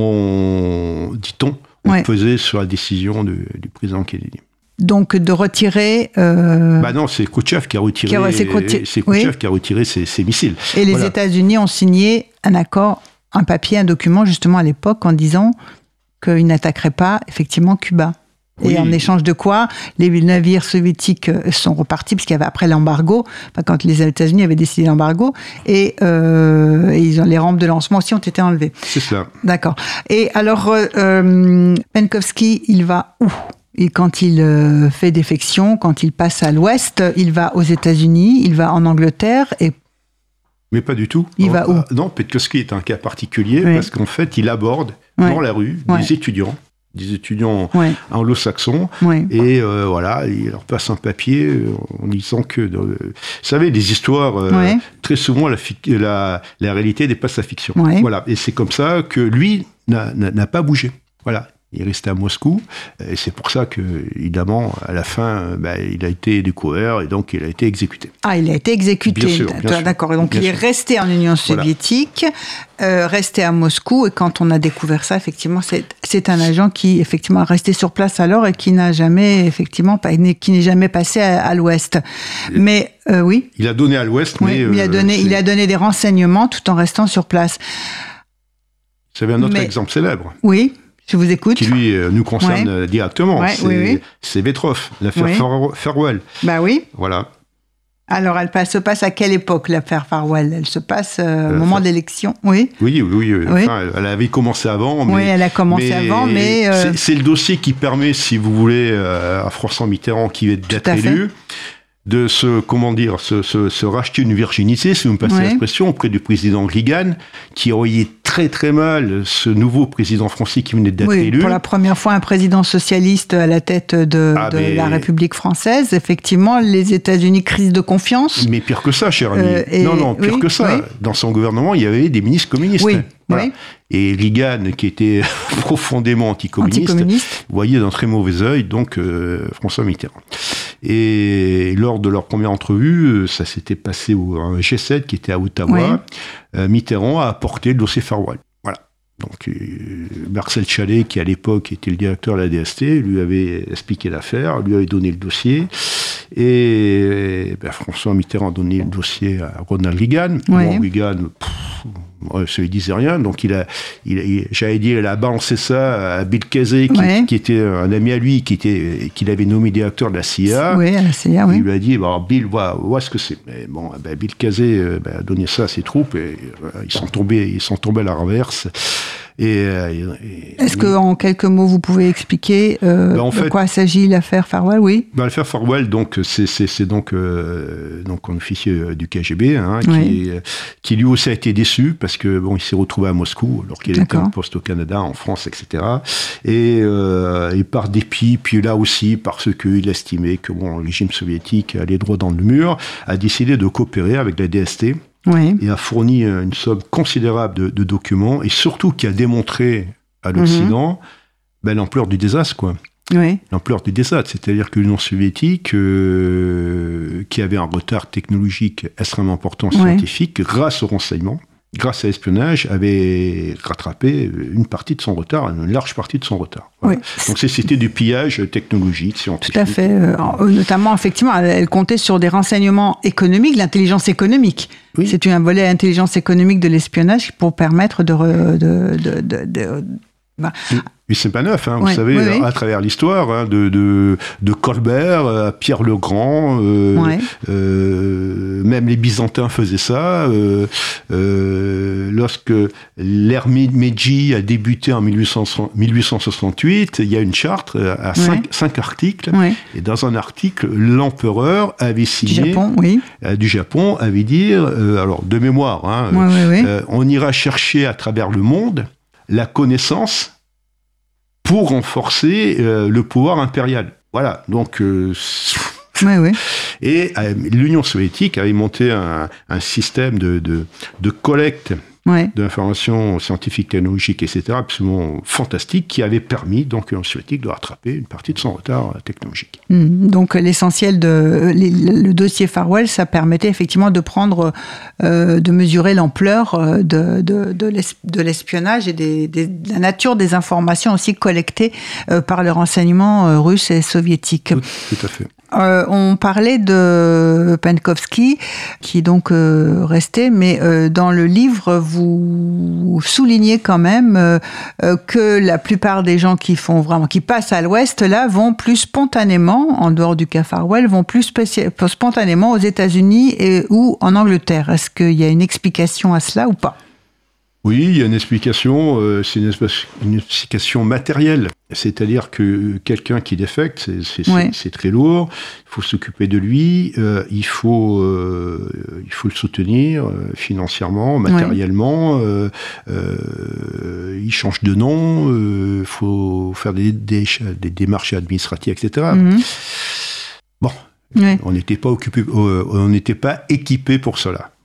ont, dit-on, Ouais. pesé sur la décision de, du président Kennedy. Donc de retirer. Euh... Bah non, c'est Khrouchtchev qui a retiré. Qui a, c'est Khrouchtchev, c'est Khrouchtchev oui. qui a retiré ses, ses missiles. Et les voilà. États-Unis ont signé un accord, un papier, un document justement à l'époque en disant qu'ils n'attaqueraient pas effectivement Cuba. Et oui. en échange de quoi, les navires soviétiques sont repartis, puisqu'il y avait après l'embargo, enfin, quand les États-Unis avaient décidé l'embargo, et, euh, et ils ont, les rampes de lancement aussi ont été enlevées. C'est cela. D'accord. Et alors, euh, Penkovsky, il va où ? Et quand il euh, fait défection, quand il passe à l'ouest, il va aux États-Unis, il va en Angleterre, et mais pas du tout. Il va où ? Non, Penkovsky est un cas particulier, oui. parce qu'en fait, il aborde oui. dans la rue des oui. étudiants, des étudiants ouais. anglo-saxons, ouais. et euh, voilà, il leur passe un papier euh, en disant que, euh, vous savez, les histoires, euh, ouais. très souvent, la, la, la réalité dépasse la fiction. Ouais. Voilà, et c'est comme ça que lui n'a, n'a, n'a pas bougé. Voilà, Il est resté à Moscou, et c'est pour ça que, évidemment, à la fin, bah, il a été découvert et donc il a été exécuté. Ah, il a été exécuté. Bien sûr, bien D'accord. sûr, donc bien il sûr. est resté en Union soviétique, voilà. euh, resté à Moscou, et quand on a découvert ça, effectivement, c'est, c'est un agent qui effectivement est resté sur place alors et qui n'a jamais, effectivement, pas, qui n'est jamais passé à, à l'Ouest. Mais euh, oui. Il a donné à l'Ouest, oui, mais il a donné, euh, il a donné des renseignements tout en restant sur place. Vous avez un autre mais, exemple célèbre. Oui. Je vous écoute. Qui, lui, nous concerne ouais. directement. Ouais, c'est, oui, oui. c'est Vetrov, l'affaire oui. Farwell. Bah oui. Voilà. Alors, elle passe, se passe à quelle époque, l'affaire Farwell ? Elle se passe euh, au moment fa... de l'élection, oui. Oui, oui, oui. oui. Enfin, elle avait commencé avant. Mais, oui, elle a commencé mais avant, mais... Euh... C'est, c'est le dossier qui permet, si vous voulez, à François Mitterrand, qui est d'être élu, de se, comment dire, se, se, se racheter une virginité, si vous me passez oui. l'expression, auprès du président Reagan, qui voyait très très mal ce nouveau président français qui venait d'être oui, élu. Pour la première fois, un président socialiste à la tête de, ah, de mais... la République française. Effectivement, les États-Unis, crise de confiance. Mais pire que ça, cher ami. Euh, et... Non, non, pire oui, que ça. Oui. Dans son gouvernement, il y avait des ministres communistes. Oui. Voilà. Oui. Et Reagan, qui était profondément anticommuniste, anticommuniste. voyait d'un très mauvais œil donc euh, François Mitterrand. Et lors de leur première entrevue, ça s'était passé au G sept qui était à Ottawa. Oui. Euh, Mitterrand a apporté le dossier Farwell. Voilà. Donc euh, Marcel Chalet, qui à l'époque était le directeur de la D S T, lui avait expliqué l'affaire, lui avait donné le dossier. Et ben, François Mitterrand a donné le dossier à Ronald Reagan. Oui. Bon, Reagan, pff, ouais, ça lui disait rien. Donc il a, il, il, j'allais dire, il a balancé ça à Bill Casey, qui, oui. qui était un ami à lui, qui était, qu'il avait nommé directeur de la C I A. Oui, à la C I A, oui. Il lui a dit, bah, Bill, vois, vois ce que c'est. Mais bon, ben, Bill Casey euh, ben, a donné ça à ses troupes et euh, ils sont tombés, ils sont tombés à la renverse. Et, euh, et, Est-ce que en quelques mots vous pouvez expliquer euh, ben, de fait, quoi s'agit l'affaire Farwell, oui. Ben, l'affaire Farwell, donc c'est c'est, c'est donc euh, donc un officier du K G B, hein, oui. qui qui lui aussi a été déçu parce que bon il s'est retrouvé à Moscou alors qu'il était en poste au Canada, en France, et cetera. Et, euh, et par dépit, puis là aussi parce qu'il estimait que bon le régime soviétique allait droit dans le mur, a décidé de coopérer avec la D S T. Oui. Et a fourni une somme considérable de, de documents, et surtout qui a démontré à l'Occident mm-hmm. ben, l'ampleur du désastre, quoi. Oui. L'ampleur du désastre, c'est-à-dire que l'Union soviétique, euh, qui avait un retard technologique extrêmement important scientifique, oui. grâce au renseignement, grâce à l'espionnage, avait rattrapé une partie de son retard, une large partie de son retard. Voilà. Oui. Donc c'était du pillage technologique, scientifique. Tout à fait. Euh, notamment, effectivement, elle, elle comptait sur des renseignements économiques, l'intelligence économique. Oui. C'est un volet intelligence économique de l'espionnage pour permettre de... Re, de, de, de, de bah. Mais c'est pas neuf, hein, oui, vous savez, oui, oui. à travers l'histoire, hein, de, de, de Colbert à Pierre le Grand, euh, oui. euh, même les Byzantins faisaient ça. Euh, euh, lorsque l'ère Meiji a débuté en mille huit cent soixante-huit, il y a une charte à cinq, oui. cinq articles, oui. et dans un article, l'empereur avait signé, du Japon, oui. euh, du Japon avait dit, euh, alors de mémoire, hein, oui, oui, oui. Euh, on ira chercher à travers le monde la connaissance pour renforcer euh, le pouvoir impérial. Voilà, donc... Euh, oui, oui. Et euh, l'Union soviétique avait monté un, un système de, de, de collecte ouais. d'informations scientifiques, technologiques, et cetera, absolument fantastique, qui avait permis donc à l'Union soviétique de rattraper une partie de son retard technologique. Mmh, donc l'essentiel de les, le dossier Farwell, ça permettait effectivement de prendre, euh, de mesurer l'ampleur de, de, de, l'es, de l'espionnage et des, des, de la nature des informations aussi collectées euh, par le renseignement euh, russe et soviétique. Tout, tout à fait. Euh, on parlait de Penkovsky, qui est donc euh, resté, mais euh, dans le livre, vous soulignez quand même euh, euh, que la plupart des gens qui font vraiment, qui passent à l'Ouest, là, vont plus spontanément, en dehors du cas Farwell, vont plus spéci- spontanément aux États-Unis et, ou en Angleterre. Est-ce qu'il y a une explication à cela ou pas ? Oui, il y a une explication, euh, c'est une, une explication matérielle. C'est-à-dire que quelqu'un qui défecte, c'est, c'est, ouais. c'est, c'est très lourd, il faut s'occuper de lui, euh, il, faut, euh, il faut le soutenir euh, financièrement, matériellement, ouais. euh, euh, il change de nom, il euh, faut faire des, des, des démarches administratives, et cetera. Mm-hmm. Bon, ouais. on n'était pas occupé, euh, on n'était pas équipé pour cela.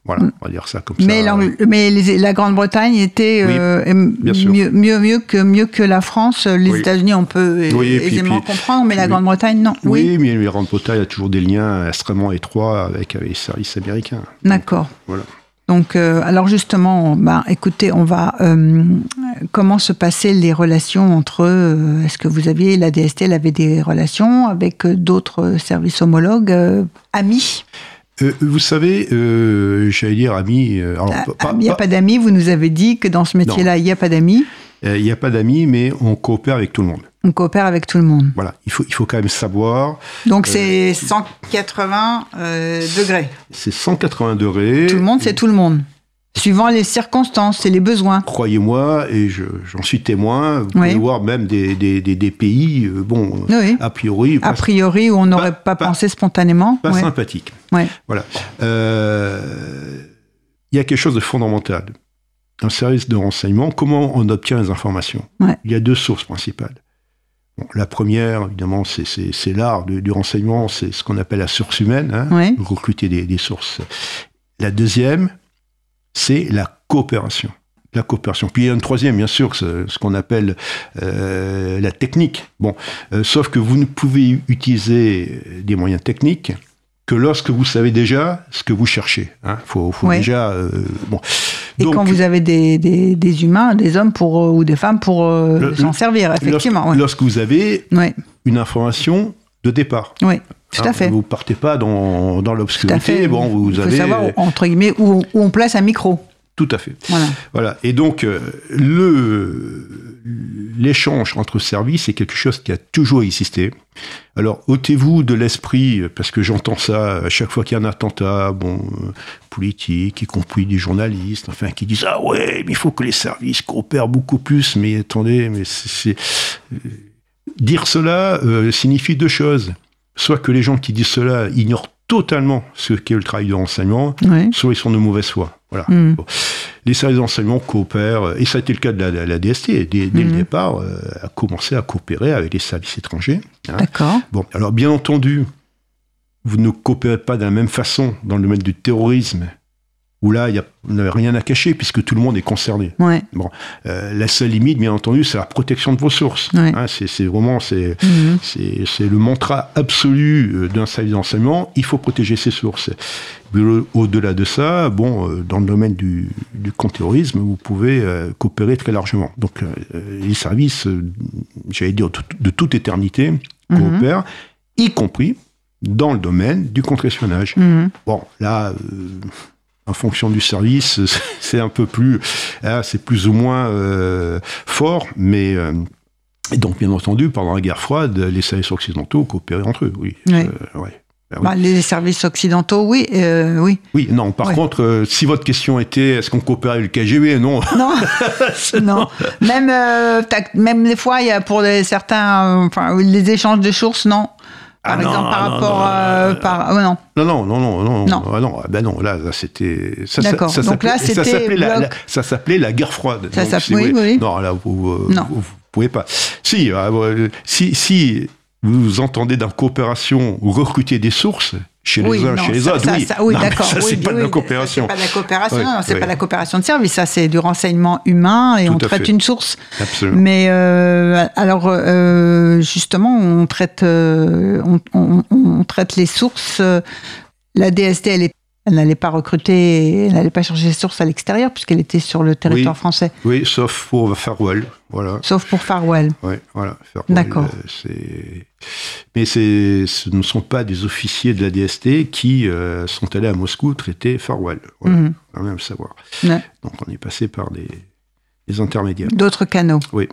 Voilà, on va dire ça comme mais ça. Mais les, la Grande-Bretagne était oui, euh, mieux, mieux, mieux, que, mieux que la France. Les oui. États-Unis, on peut oui, aisément puis, comprendre, mais la Grande-Bretagne, non. Oui, oui, mais la Grande-Bretagne a toujours des liens extrêmement étroits avec, avec les services américains. D'accord. Donc, voilà. Donc, euh, alors justement, bah, écoutez, on va... Euh, comment se passaient les relations entre... Euh, est-ce que vous aviez... La D S T, elle avait des relations avec d'autres services homologues, euh, amis ? Euh, vous savez, euh, j'allais dire amis... Euh, alors, ah, pas, il n'y a pas d'amis, vous nous avez dit que dans ce métier-là, il n'y a pas d'amis. Il n'y a pas d'amis, mais on coopère avec tout le monde. On coopère avec tout le monde. Voilà, il faut, il faut quand même savoir... Donc c'est euh, cent quatre-vingts euh, degrés. C'est cent quatre-vingts degrés. Tout le monde, c'est tout le monde. Suivant les circonstances et les besoins. Croyez-moi, et je, j'en suis témoin, vous oui. pouvez voir même des, des, des, des pays, euh, bon, oui. a priori... A priori, où on n'aurait pas, pas pensé spontanément. Pas ouais. sympathique. Ouais. Voilà. Euh, il y a quelque chose de fondamental. Un service de renseignement, comment on obtient les informations ? Ouais. Il y a deux sources principales. Bon, la première, évidemment, c'est, c'est, c'est l'art du, du renseignement, c'est ce qu'on appelle la source humaine, hein, ouais. recruter des, des sources. La deuxième, c'est la coopération. La coopération. Puis il y a une troisième, bien sûr, ce, ce qu'on appelle euh, la technique. Bon, euh, sauf que vous ne pouvez utiliser des moyens techniques que lorsque vous savez déjà ce que vous cherchez. Hein. Faut, faut ouais. déjà... Euh, bon. Et donc, quand vous avez des, des, des humains, des hommes pour, euh, ou des femmes pour euh, le, s'en servir, effectivement. Lorsque, ouais. lorsque vous avez ouais. une information de départ. Oui, tout hein, à fait. Vous ne partez pas dans, dans l'obscurité. Bon, vous Il faut avez... savoir, entre guillemets, où, où on place un micro. Tout à fait. Voilà. voilà. Et donc, euh, le, l'échange entre services est quelque chose qui a toujours existé. Alors, ôtez-vous de l'esprit, parce que j'entends ça à chaque fois qu'il y a un attentat, bon, euh, politique, y compris des journalistes, enfin, qui disent « Ah ouais, mais il faut que les services coopèrent beaucoup plus. » Mais attendez, mais c'est... c'est... Dire cela euh, signifie deux choses. Soit que les gens qui disent cela ignorent totalement ce qu'est le travail de renseignement, oui. soit ils sont de mauvaise foi. Voilà. Mmh. Bon. Les services de renseignement coopèrent, et ça a été le cas de la, de la D S T, dès, dès mmh. le départ, euh, a commencé à coopérer avec les services étrangers. Hein. D'accord. Bon, alors bien entendu, vous ne coopérez pas de la même façon dans le domaine du terrorisme, où là, il n'y a rien à cacher, puisque tout le monde est concerné. Ouais. Bon, euh, la seule limite, bien entendu, c'est la protection de vos sources. Ouais. Hein, c'est, c'est vraiment c'est, mmh. c'est, c'est le mantra absolu d'un service d'enseignement, il faut protéger ses sources. Mais au-delà de ça, bon, euh, dans le domaine du, du contre-terrorisme, vous pouvez euh, coopérer très largement. Donc, euh, les services, euh, j'allais dire, de, de toute éternité, mmh. coopèrent, y compris dans le domaine du contre-espionnage. Mmh. Bon, là... Euh, en fonction du service, c'est un peu plus, hein, c'est plus ou moins euh, fort, mais euh, et donc bien entendu, pendant la guerre froide, les services occidentaux coopéraient entre eux, oui. oui. Euh, ouais. Ben, oui. Bah, les services occidentaux, oui, euh, oui. Oui, non. Par ouais. contre, euh, si votre question était, est-ce qu'on coopère avec le K G B, non. Non, non. Même, euh, même des fois, il y a pour des, certains, euh, enfin, les échanges de sources, non. Par ah exemple, non, par non, rapport non, à... Non, par... Oh, non. non, non, non, non, non, non. Ah non, ben non, là, là c'était... Ça, D'accord, ça, ça donc là, c'était... Ça s'appelait, bloc... la, la, ça s'appelait la guerre froide. Ça donc, s'appelait, si, oui, oui. Non, là, vous euh, ne pouvez pas. Si, euh, si, si vous entendez dans coopération recruter des sources... Chez les oui, uns, non, chez les ça, autres, ça, oui. Ça, oui, non, d'accord. Ça, oui, c'est pas oui, de la coopération. C'est pas de la coopération, oui, non, c'est oui. pas de la coopération de service, ça, c'est du renseignement humain et Tout on traite fait. une source. Absolument. Mais euh, alors, euh, justement, on traite, euh, on, on, on traite les sources. Euh, la D S T, elle est Elle n'allait pas recruter, elle n'allait pas chercher ses sources à l'extérieur puisqu'elle était sur le territoire oui, français. Oui, sauf pour Farwell, voilà. Sauf pour Farwell. Oui, voilà. Farwell, D'accord. Euh, c'est... Mais c'est... ce ne sont pas des officiers de la D S T qui euh, sont allés à Moscou traiter Farwell. Voilà, mm-hmm. faut quand même le savoir. Ouais. Donc on est passé par des, des intermédiaires. D'autres canaux. Oui.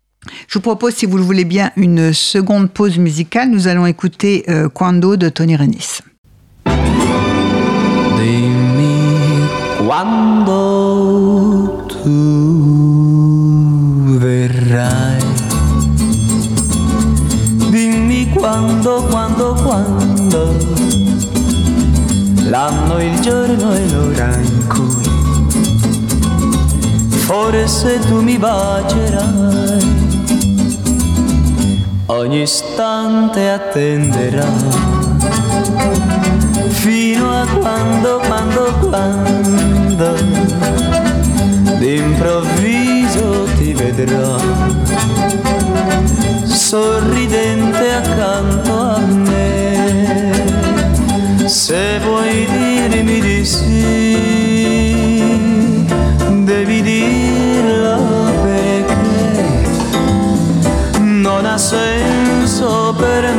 Je vous propose, si vous le voulez bien, une seconde pause musicale. Nous allons écouter euh, Quando de Tony Renis. Quando tu verrai, dimmi quando, quando, quando, l'anno, il giorno e l'ora in cui forse tu mi bacerai, ogni istante attenderai fino a quando, quando, quando d'improvviso ti vedrò sorridente accanto a me. Se vuoi dirmi di sì, devi dirlo perché non ha senso per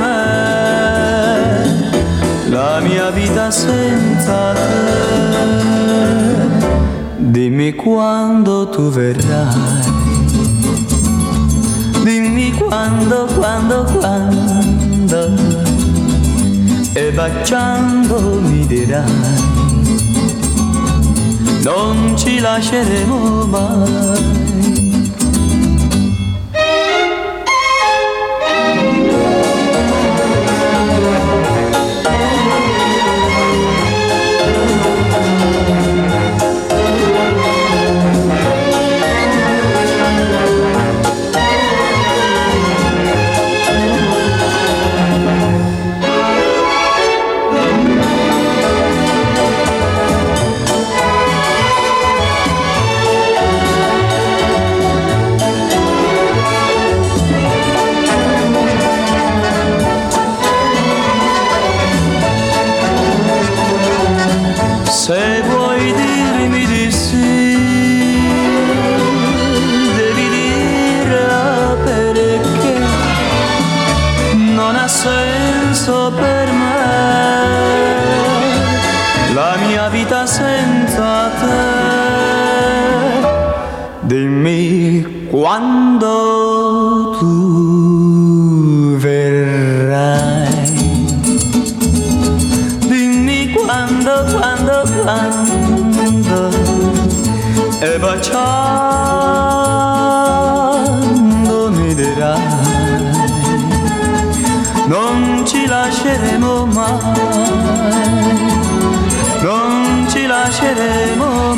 me la mia vita senza te. Dimmi quando tu verrai, dimmi quando, quando, quando, e baciando mi dirai non ci lasceremo mai. Se vuoi dirmi di sì, devi dirla perché non ha senso per me la mia vita senza te. Dimmi quando tu verrai, dimmi quando, quando, quando, e baciando mi dirai non ci lasceremo mai, non ci lasceremo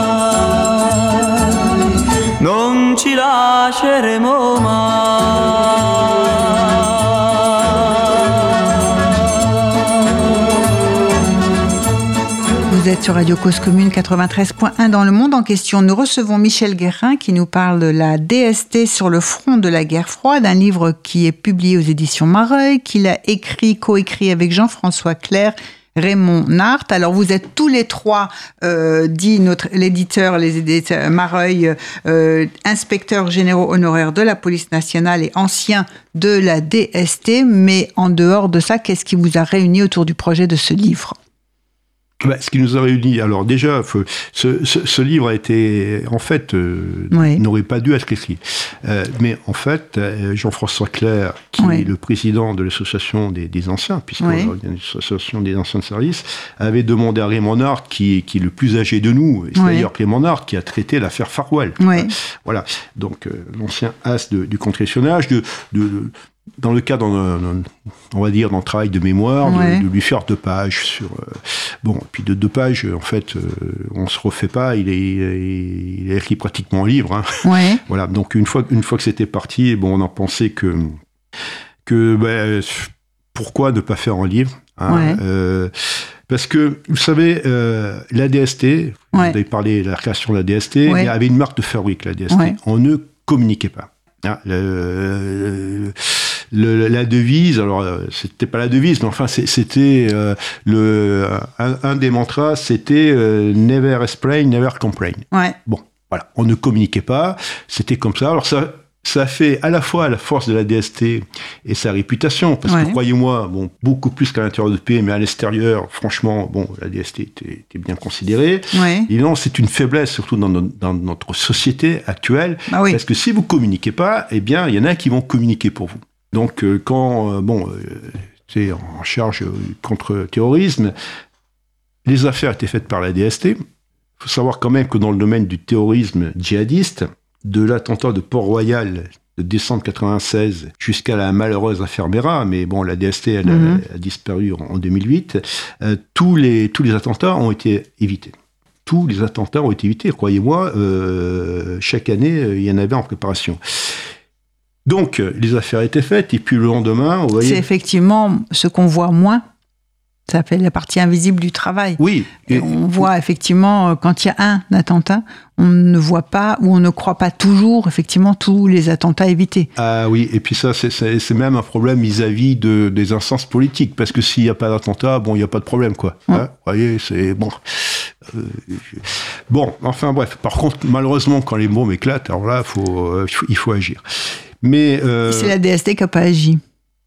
mai, non ci lasceremo mai. Vous êtes sur Radio Cause Commune quatre-vingt-treize point un dans le monde en question. Nous recevons Michel Guérin qui nous parle de la D S T sur le front de la guerre froide, un livre qui est publié aux éditions Mareuil, qu'il a écrit, coécrit avec Jean-François Clerc, Raymond Nart. Alors vous êtes tous les trois, euh, dit notre l'éditeur, les éditeurs Mareuil, euh, inspecteurs généraux honoraires de la police nationale et anciens de la D S T. Mais en dehors de ça, qu'est-ce qui vous a réuni autour du projet de ce livre ? Bah, ce qui nous a réunis, alors déjà, ce, ce, ce livre a été, en fait, euh, oui. n'aurait pas dû être écrit. Euh, mais en fait, Jean-François Clerc, qui oui. est le président de l'association des, des anciens, puisqu'on oui. est une association des anciens de service, avait demandé à Raymond Nart, qui, qui est le plus âgé de nous, et c'est oui. d'ailleurs Raymond Nart qui a traité l'affaire Farwell. Oui. Euh, voilà, donc euh, l'ancien as de, du contre-espionnage, de, de, de dans le cadre, on va dire, dans le travail de mémoire, ouais. de, de lui faire deux pages sur... Euh, bon, puis de deux pages, en fait, euh, on ne se refait pas, il est, il est écrit pratiquement un livre. Hein. Ouais. Voilà, donc une fois, une fois que c'était parti, bon, on en pensait que... que ben, pourquoi ne pas faire un livre hein, ouais. euh, parce que, vous savez, euh, la D S T, vous ouais. avez parlé de la création de la D S T, ouais. il y avait une marque de fabrique, la D S T. Ouais. On ne communiquait pas. Hein, le, le, la devise, alors c'était pas la devise, mais enfin c'était euh, le un, un des mantras, c'était euh, never explain, never complain. Ouais. Bon, voilà, on ne communiquait pas, c'était comme ça. Alors ça, ça fait à la fois la force de la D S T et sa réputation, parce ouais. que croyez-moi, bon, beaucoup plus qu'à l'intérieur de pays, mais à l'extérieur, franchement, bon, la D S T était, était bien considérée. Ouais. Et non, c'est une faiblesse, surtout dans notre, dans notre société actuelle, bah oui. parce que si vous communiquez pas, eh bien, il y en a qui vont communiquer pour vous. Donc, euh, quand, euh, bon, euh, tu es en charge euh, contre terrorisme, les affaires étaient faites par la D S T. Il faut savoir quand même que dans le domaine du terrorisme djihadiste, de l'attentat de Port-Royal de décembre quatre-vingt-seize jusqu'à la malheureuse affaire Mera, mais bon, la D S T, elle mm-hmm. a, a disparu en, en deux mille huit, euh, tous, les, tous les attentats ont été évités. Tous les attentats ont été évités, croyez-moi, euh, chaque année, il y en avait en préparation. Donc, les affaires étaient faites, et puis le lendemain, vous voyez... C'est effectivement ce qu'on voit moins Ça fait la partie invisible du travail. Oui. Et on voit effectivement, quand il y a un attentat, on ne voit pas ou on ne croit pas toujours, effectivement, tous les attentats évités. Ah oui, et puis ça, c'est, c'est, c'est même un problème vis-à-vis de, des instances politiques, parce que s'il n'y a pas d'attentat, bon, il n'y a pas de problème, quoi. Ouais. Hein, vous voyez, c'est bon. Euh, bon, enfin bref. Par contre, malheureusement, quand les bombes éclatent, alors là, faut, euh, il faut agir. Mais euh... c'est la D S T qui n'a pas agi.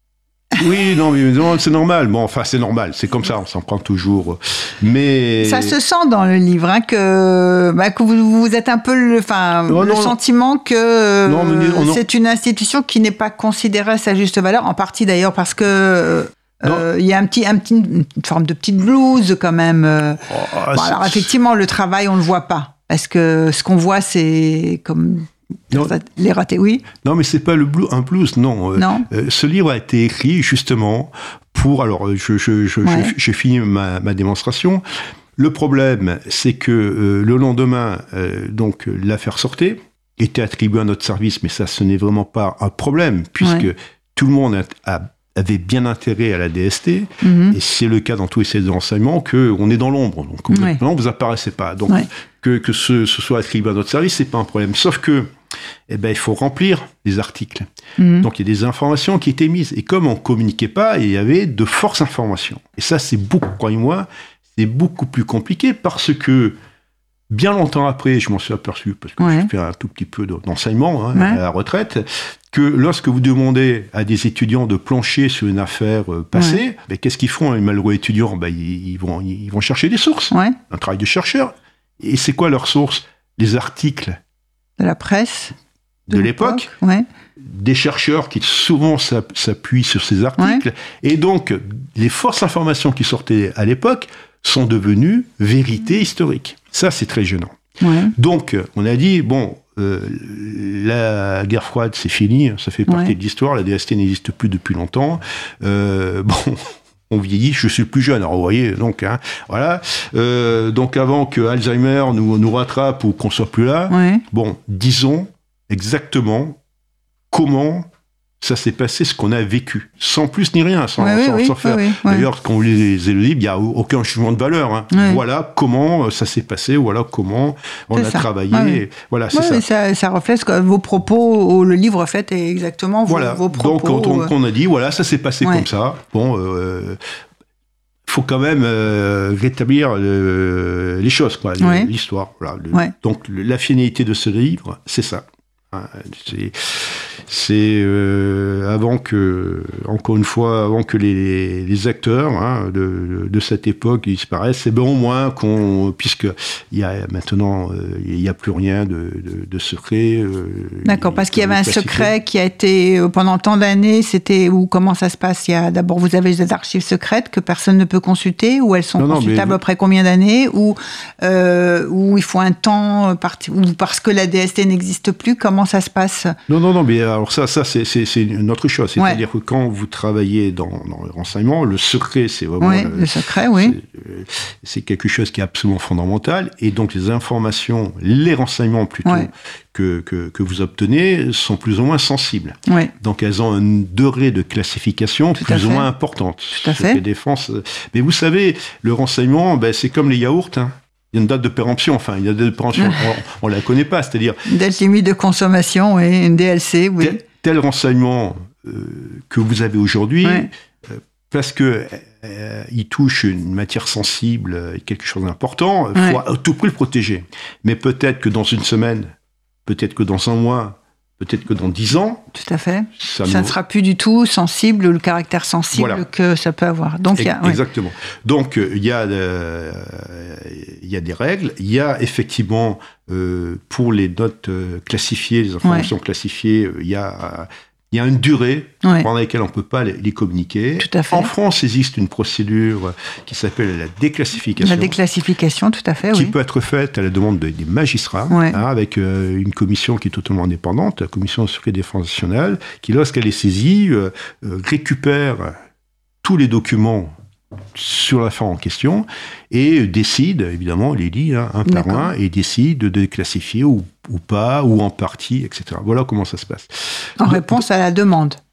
Oui, non, mais non, c'est normal. Bon, enfin, c'est normal. C'est comme ça, on s'en prend toujours. Mais ça se sent dans le livre hein, que, bah, que vous, vous êtes un peu le, enfin, oh, le non, sentiment que non, mais, oh, non. c'est une institution qui n'est pas considérée à sa juste valeur. En partie d'ailleurs parce que il euh, y a un petit, un petit, une forme de petite blouse quand même. Oh, bon, alors effectivement, le travail, on le voit pas parce que ce qu'on voit, c'est comme Non, les ratés, oui. Non, mais c'est pas le blues, un blues, non. non. Euh, ce livre a été écrit justement pour. Alors, je, je, je, ouais. je, j'ai fini ma, ma démonstration. Le problème, c'est que euh, le lendemain, euh, donc l'affaire sortait, était attribuée à notre service, mais ça, ce n'est vraiment pas un problème puisque ouais. tout le monde a, a, avait bien intérêt à la D S T, mm-hmm. et c'est le cas dans tous les services de renseignement qu'on est dans l'ombre. Donc, ouais. non, vous apparaissez pas. Donc, ouais. que, que ce, ce soit attribué à notre service, c'est pas un problème. Sauf que eh ben, il faut remplir les articles. Mmh. Donc, il y a des informations qui étaient mises. Et comme on ne communiquait pas, il y avait de fortes informations. Et ça, c'est beaucoup, croyez-moi, c'est beaucoup plus compliqué parce que, bien longtemps après, je m'en suis aperçu, parce que ouais. je fais un tout petit peu d'enseignement hein, ouais. à la retraite, que lorsque vous demandez à des étudiants de plancher sur une affaire passée, ouais. ben, qu'est-ce qu'ils font, les malheureux étudiants ben, ils, ils, vont, ils vont chercher des sources. Ouais. Un travail de chercheur. Et c'est quoi leurs sources ? Les articles de la presse de, de l'époque, ouais. des chercheurs qui souvent s'appuient sur ces articles, ouais. et donc les fausses informations qui sortaient à l'époque sont devenues vérité historique. Ça, c'est très gênant. Ouais. Donc, on a dit, bon, euh, la guerre froide, c'est fini, ça fait partie ouais. de l'histoire, la D S T n'existe plus depuis longtemps. Euh, bon... On vieillit, je suis plus jeune, alors vous voyez, donc, hein, voilà. Euh, donc avant que Alzheimer nous, nous rattrape ou qu'on soit plus là, ouais. bon, disons exactement comment ça s'est passé, ce qu'on a vécu, sans plus ni rien, sans, ouais, sans, oui, sans oui, faire. Oui, oui, D'ailleurs, quand vous lisez le livre, il n'y a aucun changement de valeur. Hein. Ouais. Voilà comment ça s'est passé, voilà comment on c'est a ça. travaillé. Ouais, oui. Voilà, c'est ouais, ça. ça. Ça reflète que vos propos, le livre fait exactement vos, voilà. vos propos. Donc, quand on, quand on a dit, voilà, ça s'est passé ouais. comme ça, bon, euh, faut quand même euh, rétablir le, les choses, quoi, ouais. l'histoire. Voilà, le, ouais. Donc, le, la finalité de ce livre, c'est ça. Hein, c'est, c'est euh, avant que, encore une fois, avant que les, les acteurs hein, de, de cette époque disparaissent, c'est bon au moins qu'on, puisque il y a maintenant, euh, il n'y a plus rien de, de, de secret. Euh, D'accord, parce qu'il y avait un secret qui a été pendant tant d'années. C'était où comment ça se passe ? Il y a d'abord vous avez des archives secrètes que personne ne peut consulter, ou elles sont non, consultables non, après combien d'années, ou euh, où il faut un temps parti, ou parce que la D S T n'existe plus. Comment ça se passe ? Non, non, non, mais alors ça, ça c'est, c'est, c'est une autre chose. C'est-à-dire ouais. que quand vous travaillez dans, dans le renseignement, le secret, c'est vraiment... Oui, le, le secret, oui. C'est, c'est quelque chose qui est absolument fondamental. Et donc, les informations, les renseignements plutôt, ouais. que, que, que vous obtenez sont plus ou moins sensibles. Ouais. Donc, elles ont un degré de classification Tout plus ou moins importante. Tout à fait. Les défenses... Mais vous savez, le renseignement, ben, c'est comme les yaourts, hein. Il y a une date de péremption, enfin, il y a une date de péremption, on ne la connaît pas, c'est-à-dire... Une date limite de consommation, oui, une D L C, oui. Tel, tel renseignement euh, que vous avez aujourd'hui, ouais. euh, parce qu'il euh, touche une matière sensible, quelque chose d'important, il ouais. faut à tout prix le protéger. Mais peut-être que dans une semaine, peut-être que dans un mois, peut-être que dans dix ans... Tout à fait. Ça, ça nous... ne sera plus du tout sensible, le caractère sensible voilà. que ça peut avoir. Donc, e- y a, exactement. Ouais. Donc, il euh, y, euh, y a des règles. Il y a effectivement, euh, pour les notes euh, classifiées, les informations ouais. classifiées, il y a... Il y a une durée ouais. pendant laquelle on ne peut pas les, les communiquer. Tout à fait. En France, il existe une procédure qui s'appelle la déclassification. La déclassification, tout à fait, qui oui. peut être faite à la demande de, des magistrats, ouais. hein, avec euh, une commission qui est totalement indépendante, la commission de secret défense nationale, qui, lorsqu'elle est saisie, euh, euh, récupère tous les documents sur l'affaire en question et décide, évidemment, les lit hein, un par un, et décide de déclassifier ou, ou pas, ou en partie, et cetera. Voilà comment ça se passe. En Donc, réponse à la demande.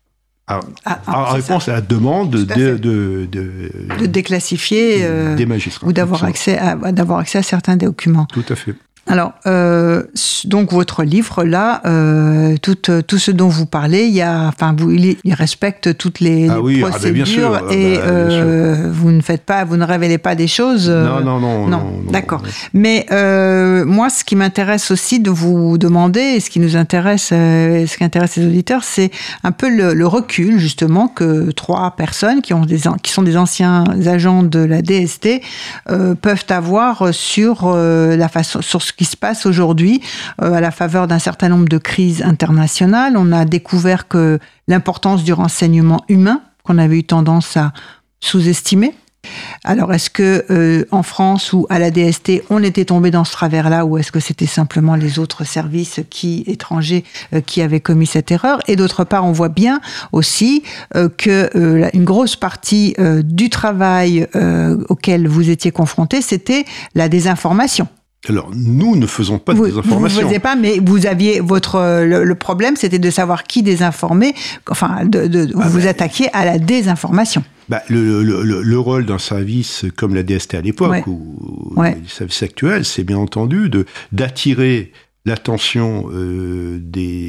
Ah, ah, ah, réponse ça. à la demande de, de, de, de, de déclassifier euh, des magistrats. Ou d'avoir accès, à, d'avoir accès à certains documents. Tout à fait. Alors, euh, donc votre livre là, euh, tout, tout ce dont vous parlez, il y a, enfin, vous, il, il respecte toutes les, ah les oui, procédures ah ben bien sûr, et bah, euh, bien sûr. vous ne faites pas, vous ne révélez pas des choses. Euh, non, non, non, non, non. D'accord. Non. Mais euh, moi, ce qui m'intéresse aussi de vous demander, et ce qui nous intéresse, euh, ce qui intéresse les auditeurs, c'est un peu le, le recul justement que trois personnes qui ont des, qui sont des anciens agents de la D S T euh, peuvent avoir sur euh, la façon, sur ce qui se passe aujourd'hui euh, à la faveur d'un certain nombre de crises internationales. On a découvert que l'importance du renseignement humain, qu'on avait eu tendance à sous-estimer. Alors, est-ce que euh, en France ou à la D S T, on était tombé dans ce travers-là, ou est-ce que c'était simplement les autres services qui, étrangers euh, qui avaient commis cette erreur? Et d'autre part, on voit bien aussi euh, que euh, une grosse partie euh, du travail euh, auquel vous étiez confrontés, c'était la désinformation. Alors, nous ne faisons pas de vous, désinformation. Vous ne faisiez pas, mais vous aviez votre le, le problème, c'était de savoir qui désinformait. Enfin, de, de, ah vous bah, attaquiez à la désinformation. Bah, le, le, le, le rôle d'un service comme la D S T à l'époque, ouais. ou ouais. les services actuels, c'est bien entendu de d'attirer l'attention euh,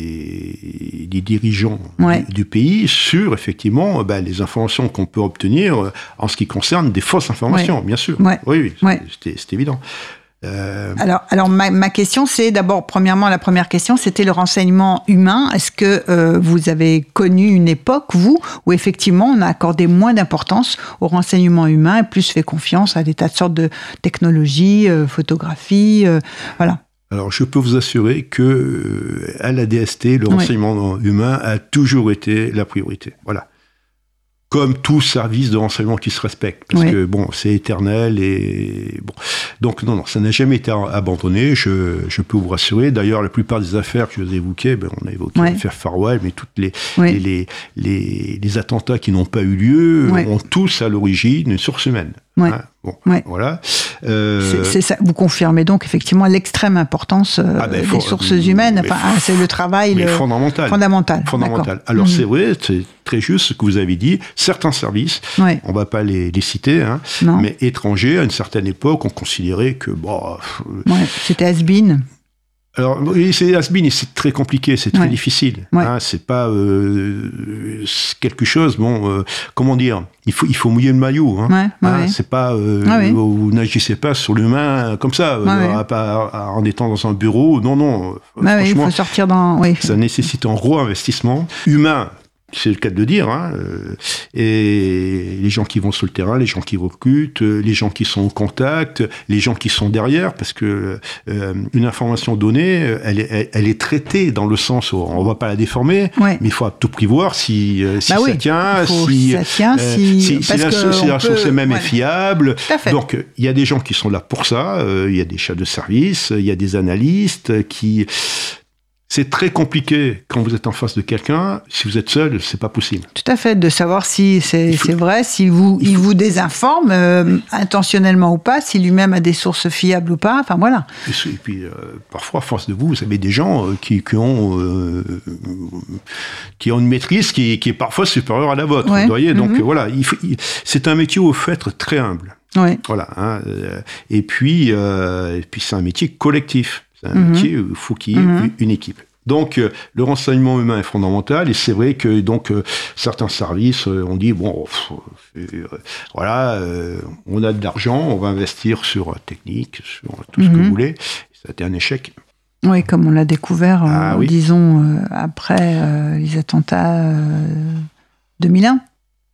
des, des dirigeants ouais. du, du pays sur, effectivement, bah, les informations qu'on peut obtenir en ce qui concerne des fausses informations, ouais. bien sûr. Ouais. Oui, oui, ouais. c'est, c'est évident. Euh... Alors, alors ma, ma question, c'est d'abord, premièrement, la première question, c'était le renseignement humain. Est-ce que euh, vous avez connu une époque, vous, où effectivement on a accordé moins d'importance au renseignement humain et plus fait confiance à des tas de sortes de technologies, euh, photographie, euh, voilà. Alors, je peux vous assurer que euh, à la D S T, le renseignement oui. humain a toujours été la priorité. Voilà. Comme tout service de renseignement qui se respecte, parce oui. que bon, c'est éternel et bon. Donc non, non, ça n'a jamais été abandonné. Je, je peux vous rassurer. D'ailleurs, la plupart des affaires que je vous évoquais, ben, on a évoqué oui. l'affaire Farwell, mais toutes les oui. les, les, les les attentats qui n'ont pas eu lieu oui. ont tous à l'origine une source humaine. Oui. Hein, bon, oui. voilà. Euh... C'est, c'est ça. Vous confirmez donc effectivement l'extrême importance euh, ah ben, des sources euh, humaines. Enfin, ah, c'est le travail mais le... fondamental. Fondamental. Fondamental. Alors mmh. c'est vrai, c'est très juste ce que vous avez dit. Certains services, oui. on ne va pas les, les citer, hein, mais étrangers, à une certaine époque, on considérait que bon. Ouais, c'était has-been. Alors, oui, c'est has-been, c'est très compliqué, c'est très ouais. difficile. Ouais. Hein, c'est pas euh, c'est quelque chose, bon, euh, comment dire, il faut, il faut mouiller le maillot. Hein, ouais, hein, ouais. C'est pas, euh, ah, oui. vous n'agissez pas sur l'humain comme ça, ouais, euh, ouais. à, à, à, en étant dans un bureau. Non, non. Bah, franchement, oui, il faut sortir dans. Oui. Ça nécessite un gros investissement humain. C'est le cas de le dire, hein. Et les gens qui vont sur le terrain, les gens qui recrutent, les gens qui sont au contact, les gens qui sont derrière, parce que euh, une information donnée, elle est, elle, elle est traitée dans le sens où on ne va pas la déformer, ouais. mais il faut à tout prix voir si, si, bah ça, oui, tient, faut, si, ça tient, euh, si, si, si la, si la source peut... même ouais. est fiable. Donc il y a des gens qui sont là pour ça, il euh, y a des chefs de service, il y a des analystes qui... C'est très compliqué quand vous êtes en face de quelqu'un. Si vous êtes seul, c'est pas possible. Tout à fait, de savoir si c'est, faut, c'est vrai, si vous, il, il vous désinforme, euh, intentionnellement ou pas, si lui-même a des sources fiables ou pas. Enfin voilà. Et, et puis euh, parfois, à force de vous, vous avez des gens euh, qui, qui ont euh, qui ont une maîtrise qui, qui est parfois supérieure à la vôtre. Ouais. Vous voyez, donc mm-hmm. voilà, il faut, il, c'est un métier où il faut être très humble. Ouais. Voilà. Hein, et puis, euh, et puis c'est un métier collectif. C'est un mmh. métier où il faut qu'il y ait mmh. une équipe. Donc, euh, le renseignement humain est fondamental, et c'est vrai que donc euh, certains services euh, ont dit bon, pff, euh, voilà, euh, on a de l'argent, on va investir sur la technique, sur tout mmh. ce que vous voulez. Ça a été un échec. Oui, comme on l'a découvert, ah, euh, oui. disons euh, après euh, les attentats euh, deux mille un.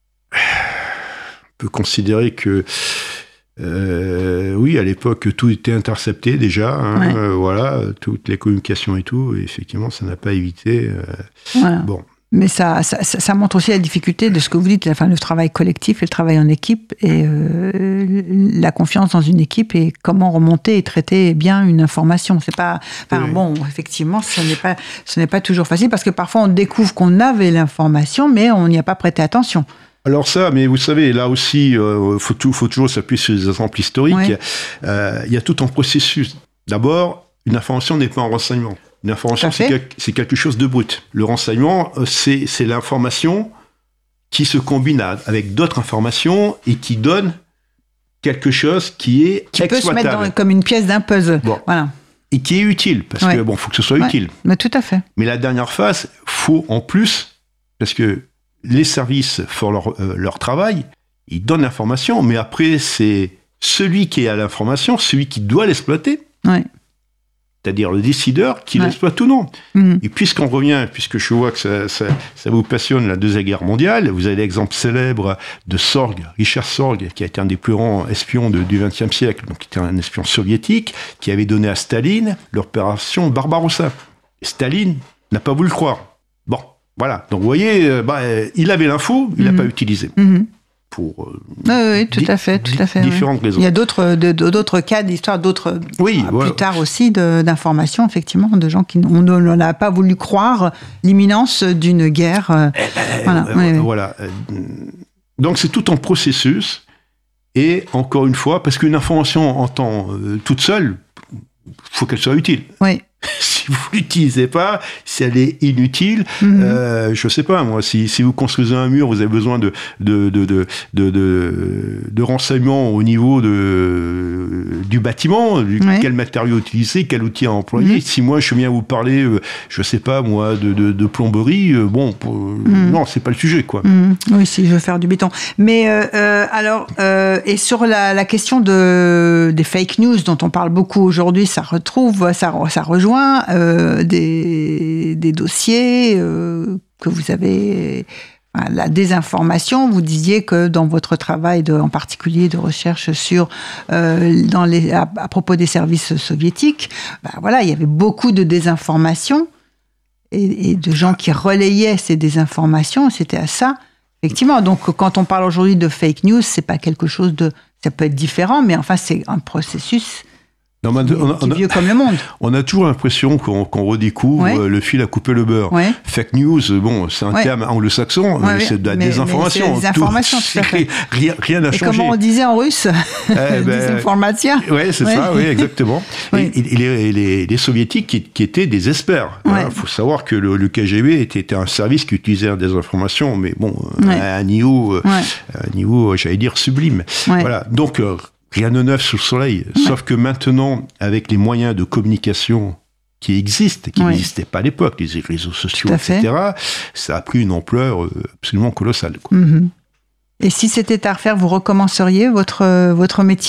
On peut considérer que Euh, oui, à l'époque, tout était intercepté déjà, hein, ouais. euh, voilà, toutes les communications et tout, et effectivement, ça n'a pas évité. Euh, voilà. Bon. Mais ça, ça, ça montre aussi la difficulté de ce que vous dites, enfin, le travail collectif et le travail en équipe, et euh, la confiance dans une équipe, et comment remonter et traiter bien une information. C'est pas, enfin, oui. bon, effectivement, ce n'est pas, ce n'est pas toujours facile, parce que parfois on découvre qu'on avait l'information, mais on n'y a pas prêté attention. Alors ça, mais vous savez, là aussi, il euh, faut, faut toujours s'appuyer sur les exemples historiques. Il ouais. euh, y a tout un processus. D'abord, une information n'est pas un renseignement. Une information, c'est, quel, c'est quelque chose de brut. Le renseignement, c'est, c'est l'information qui se combine à, avec d'autres informations et qui donne quelque chose qui est qui exploitable. Peut se mettre dans, comme une pièce d'un puzzle. Bon. Voilà. Et qui est utile, parce ouais. que bon, faut que ce soit ouais. utile. Mais tout à fait. Mais la dernière phase, faut en plus, parce que les services font leur, euh, leur travail, ils donnent l'information, mais après, c'est celui qui est à l'information, celui qui doit l'exploiter. Ouais. C'est-à-dire le décideur qui ouais. l'exploite ou non. Mmh. Et puisqu'on revient, puisque je vois que ça, ça, ça vous passionne, la Deuxième Guerre mondiale, vous avez l'exemple célèbre de Sorg, Richard Sorg, qui a été un des plus grands espions de, du vingtième siècle, donc qui était un espion soviétique, qui avait donné à Staline l'opération Barbarossa. Et Staline n'a pas voulu le croire. Bon, voilà. Donc vous voyez, bah, il avait l'info, il n'a mmh. pas utilisé. Mmh. Pour euh, oui, oui, tout di- à fait, tout à fait. Différentes oui. raisons. Il y a d'autres, de, d'autres cas d'histoire, d'autres oui, euh, voilà. plus tard aussi de, d'informations, effectivement, de gens qui on n'a pas voulu croire l'imminence d'une guerre. Euh, eh ben, voilà. Euh, oui, oui. voilà. Donc c'est tout en processus. Et encore une fois, parce qu'une information en temps euh, toute seule, il faut qu'elle soit utile. Oui. Si vous ne l'utilisez pas, si elle est inutile, mmh. euh, je ne sais pas, moi, si, si vous construisez un mur, vous avez besoin de, de, de, de, de, de, de renseignements au niveau de, du bâtiment, du, oui. quel matériau utiliser, quel outil employer. Mmh. Si moi, je viens vous parler, euh, je ne sais pas, moi, de, de, de plomberie, euh, bon, pour, mmh. non, ce n'est pas le sujet, quoi. Mmh. Oui, si je veux faire du béton. Mais euh, euh, alors, euh, et sur la, la question de, des fake news dont on parle beaucoup aujourd'hui, ça retrouve, ça, ça rejoint Euh, des, des dossiers euh, que vous avez, enfin, la désinformation. Vous disiez que dans votre travail, de, en particulier de recherche sur euh, dans les, à, à propos des services soviétiques, ben voilà, il y avait beaucoup de désinformation et, et de gens qui relayaient ces désinformations. C'était à ça, effectivement. Donc, quand on parle aujourd'hui de fake news, c'est pas quelque chose de, ça peut être différent, mais enfin, c'est un processus. Non, on a, on a, on a, vieux comme le monde. On a toujours l'impression qu'on, qu'on redécouvre ouais. euh, le fil à couper le beurre. Ouais. Fake news, bon, c'est un ouais. terme anglo-saxon, ouais, c'est de la mais, désinformation. Mais c'est des informations, tout, tout à fait. Rien, rien n'a changé. Et comment on disait en russe, eh ben, désinformation. Oui, c'est ouais. ça, oui, exactement. ouais. Et, et les, les, les soviétiques qui, qui étaient des experts. Il ouais. faut savoir que le, le K G B était, était un service qui utilisait des informations, mais bon, ouais. à un niveau, ouais. à un niveau, j'allais dire, sublime. Ouais. Voilà, donc... Euh, rien de neuf sous le soleil, ouais. sauf que maintenant, avec les moyens de communication qui existent, qui ouais. n'existaient pas à l'époque, les réseaux sociaux, et cetera, ça a pris une ampleur absolument colossale. Quoi. Mm-hmm. Et si c'était à refaire, vous recommenceriez votre, votre métier ?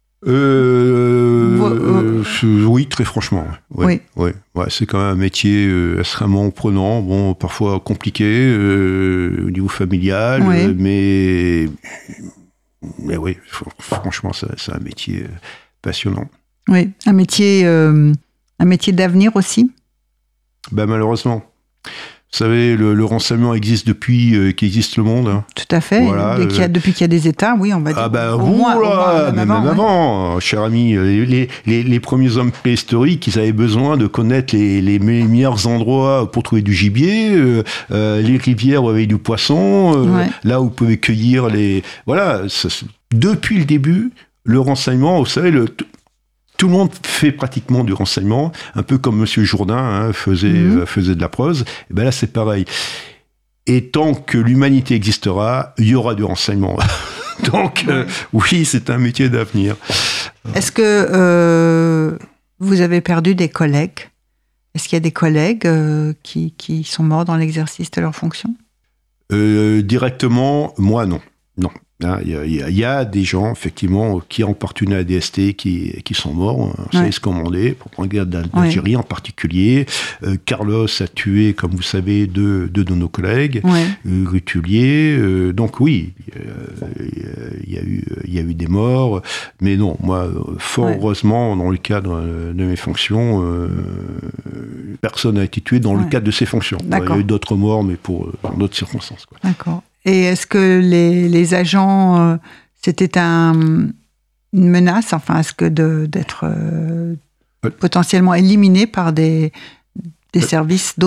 Euh, Vous, euh, euh, oui, très franchement. Ouais, oui. Ouais, ouais, c'est quand même un métier euh, extrêmement prenant, bon, parfois compliqué euh, au niveau familial, oui. euh, mais... Mais oui, franchement, c'est, c'est un métier passionnant. Oui, un métier, euh, un métier d'avenir aussi ? Ben, malheureusement. Vous savez, le, le renseignement existe depuis euh, qu'existe le monde. Hein. Tout à fait. Voilà, qu'il y a, euh... depuis qu'il y a des États, oui, on va dire. Ah ben, bah, au moins, là, même, même avant, même avant ouais. cher ami. Les, les, les premiers hommes préhistoriques, ils avaient besoin de connaître les, les meilleurs endroits pour trouver du gibier, euh, euh, les rivières où il y avait du poisson, euh, ouais. là où vous pouvez cueillir les... Voilà, ça, depuis le début, le renseignement, vous savez, le... Tout le monde fait pratiquement du renseignement, un peu comme Monsieur Jourdain hein, faisait, mmh. euh, faisait de la prose. Et ben là, c'est pareil. Et tant que l'humanité existera, il y aura du renseignement. Donc, euh, oui, c'est un métier d'avenir. Est-ce que euh, vous avez perdu des collègues ? Est-ce qu'il y a des collègues euh, qui, qui sont morts dans l'exercice de leurs fonctions ? euh, Directement, moi, non. Non. Il y, a, il, y a, il y a des gens, effectivement, qui appartenaient à la D S T qui, qui sont morts, en service commandé, pour prendre garde d'Algérie ouais. en particulier. Euh, Carlos a tué, comme vous savez, deux, deux de nos collègues, ouais. euh, Rutulier. Euh, donc oui, euh, il, y a eu, il y a eu des morts, mais non, moi, fort ouais. heureusement, dans le cadre de mes fonctions, euh, personne n'a été tué dans ouais. le cadre de ses fonctions. D'accord. Il y a eu d'autres morts, mais pour dans d'autres circonstances. Quoi. D'accord. Et est-ce que les, les agents, euh, c'était un, une menace, enfin, est-ce que de, d'être euh, ouais. potentiellement éliminés par des, des services, d'autres services ?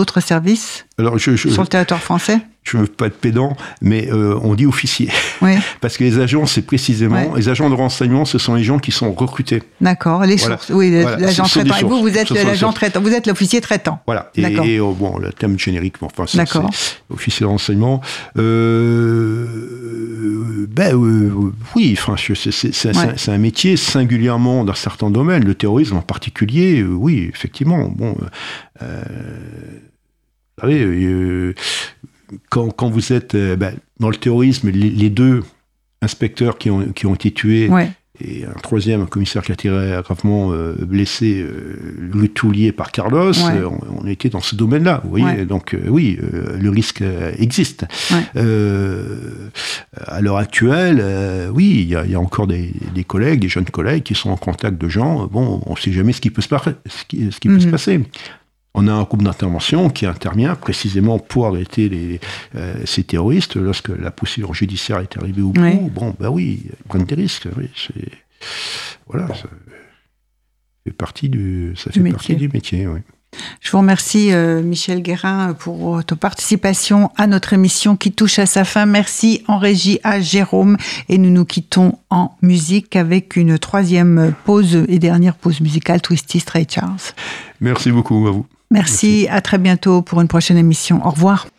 Alors, je, je, sur le territoire français? Je ne veux pas être pédant, mais euh, on dit officier. Oui. Parce que les agents, c'est précisément... Ouais. Les agents de renseignement, ce sont les gens qui sont recrutés. D'accord, les voilà. sources. Oui, voilà. l'agent traitant. Et vous, vous êtes l'agent traitant. Vous êtes l'officier traitant. Voilà. Et, et oh, bon, le thème générique, enfin, c'est, D'accord. c'est officier de renseignement. Euh, ben euh, oui, enfin, c'est, c'est, c'est, ouais. c'est, c'est un métier singulièrement dans certains domaines. Le terrorisme en particulier, euh, oui, effectivement. Bon, euh, vous savez... Euh, Quand, quand vous êtes euh, ben, dans le terrorisme, les, les deux inspecteurs qui ont, qui ont été tués, ouais. et un troisième, un commissaire qui a été gravement euh, blessé, euh, le toulier par Carlos, ouais. euh, on, on était dans ce domaine-là, vous voyez. Ouais. Donc euh, oui, euh, le risque euh, existe. Ouais. Euh, à l'heure actuelle, euh, oui, il y a, y a encore des, des collègues, des jeunes collègues qui sont en contact de gens. Bon, on ne sait jamais ce qui peut se, par- ce qui, ce qui mm-hmm. peut se passer. On a un groupe d'intervention qui intervient précisément pour arrêter les, euh, ces terroristes lorsque la procédure judiciaire est arrivée au bout. Oui. Bon, ben oui, ils prennent des risques. Oui, c'est, voilà, ça fait partie du, ça fait du partie métier. du métier. Oui. Je vous remercie, euh, Michel Guérin, pour votre participation à notre émission qui touche à sa fin. Merci en régie à Jérôme. Et nous nous quittons en musique avec une troisième pause et dernière pause musicale, Twisted Ray Charles. Merci beaucoup à vous. Merci, Merci, à très bientôt pour une prochaine émission. Au revoir.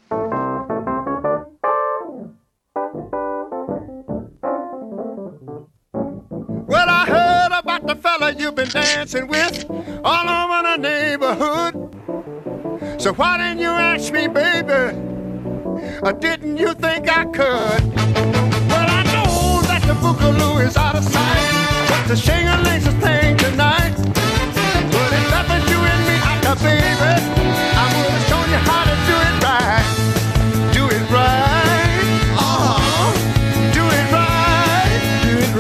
Well, I heard about the fella you've been dancing with all over the neighborhood. So why didn't you ask me, baby? Or didn't you think I could? Well, I know that the boogaloo is out of sight, but the shing-a-ling's a thing tonight. Well, if that was you and me, I baby, I would have shown you how to do it right. Do it right. Uh-huh. Do it right. Do it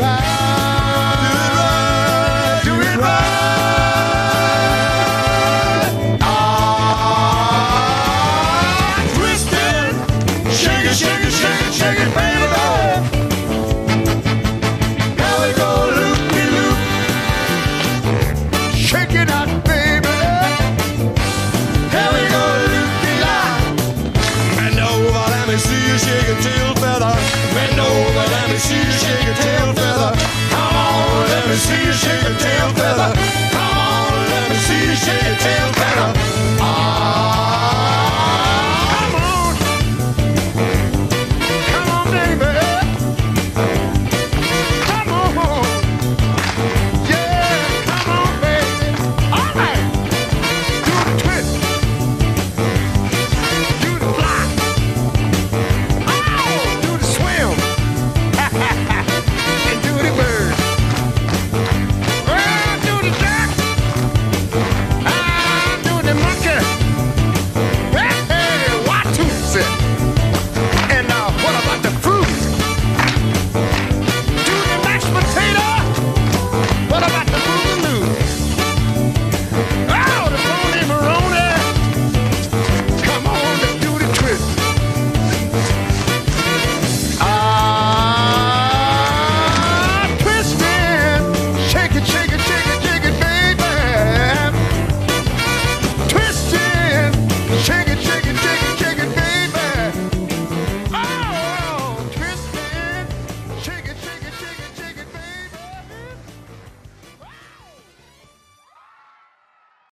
right. Do it right. Do it right. Ah, twist it. Shake it, shake it, shake it, shake it, baby. Now we go loop-de-loop. Shake it out, baby. Shake a tail feather. Bend over, let me see you shake a tail feather. Come on, let me see you shake a tail feather. Come on, let me see you shake a tail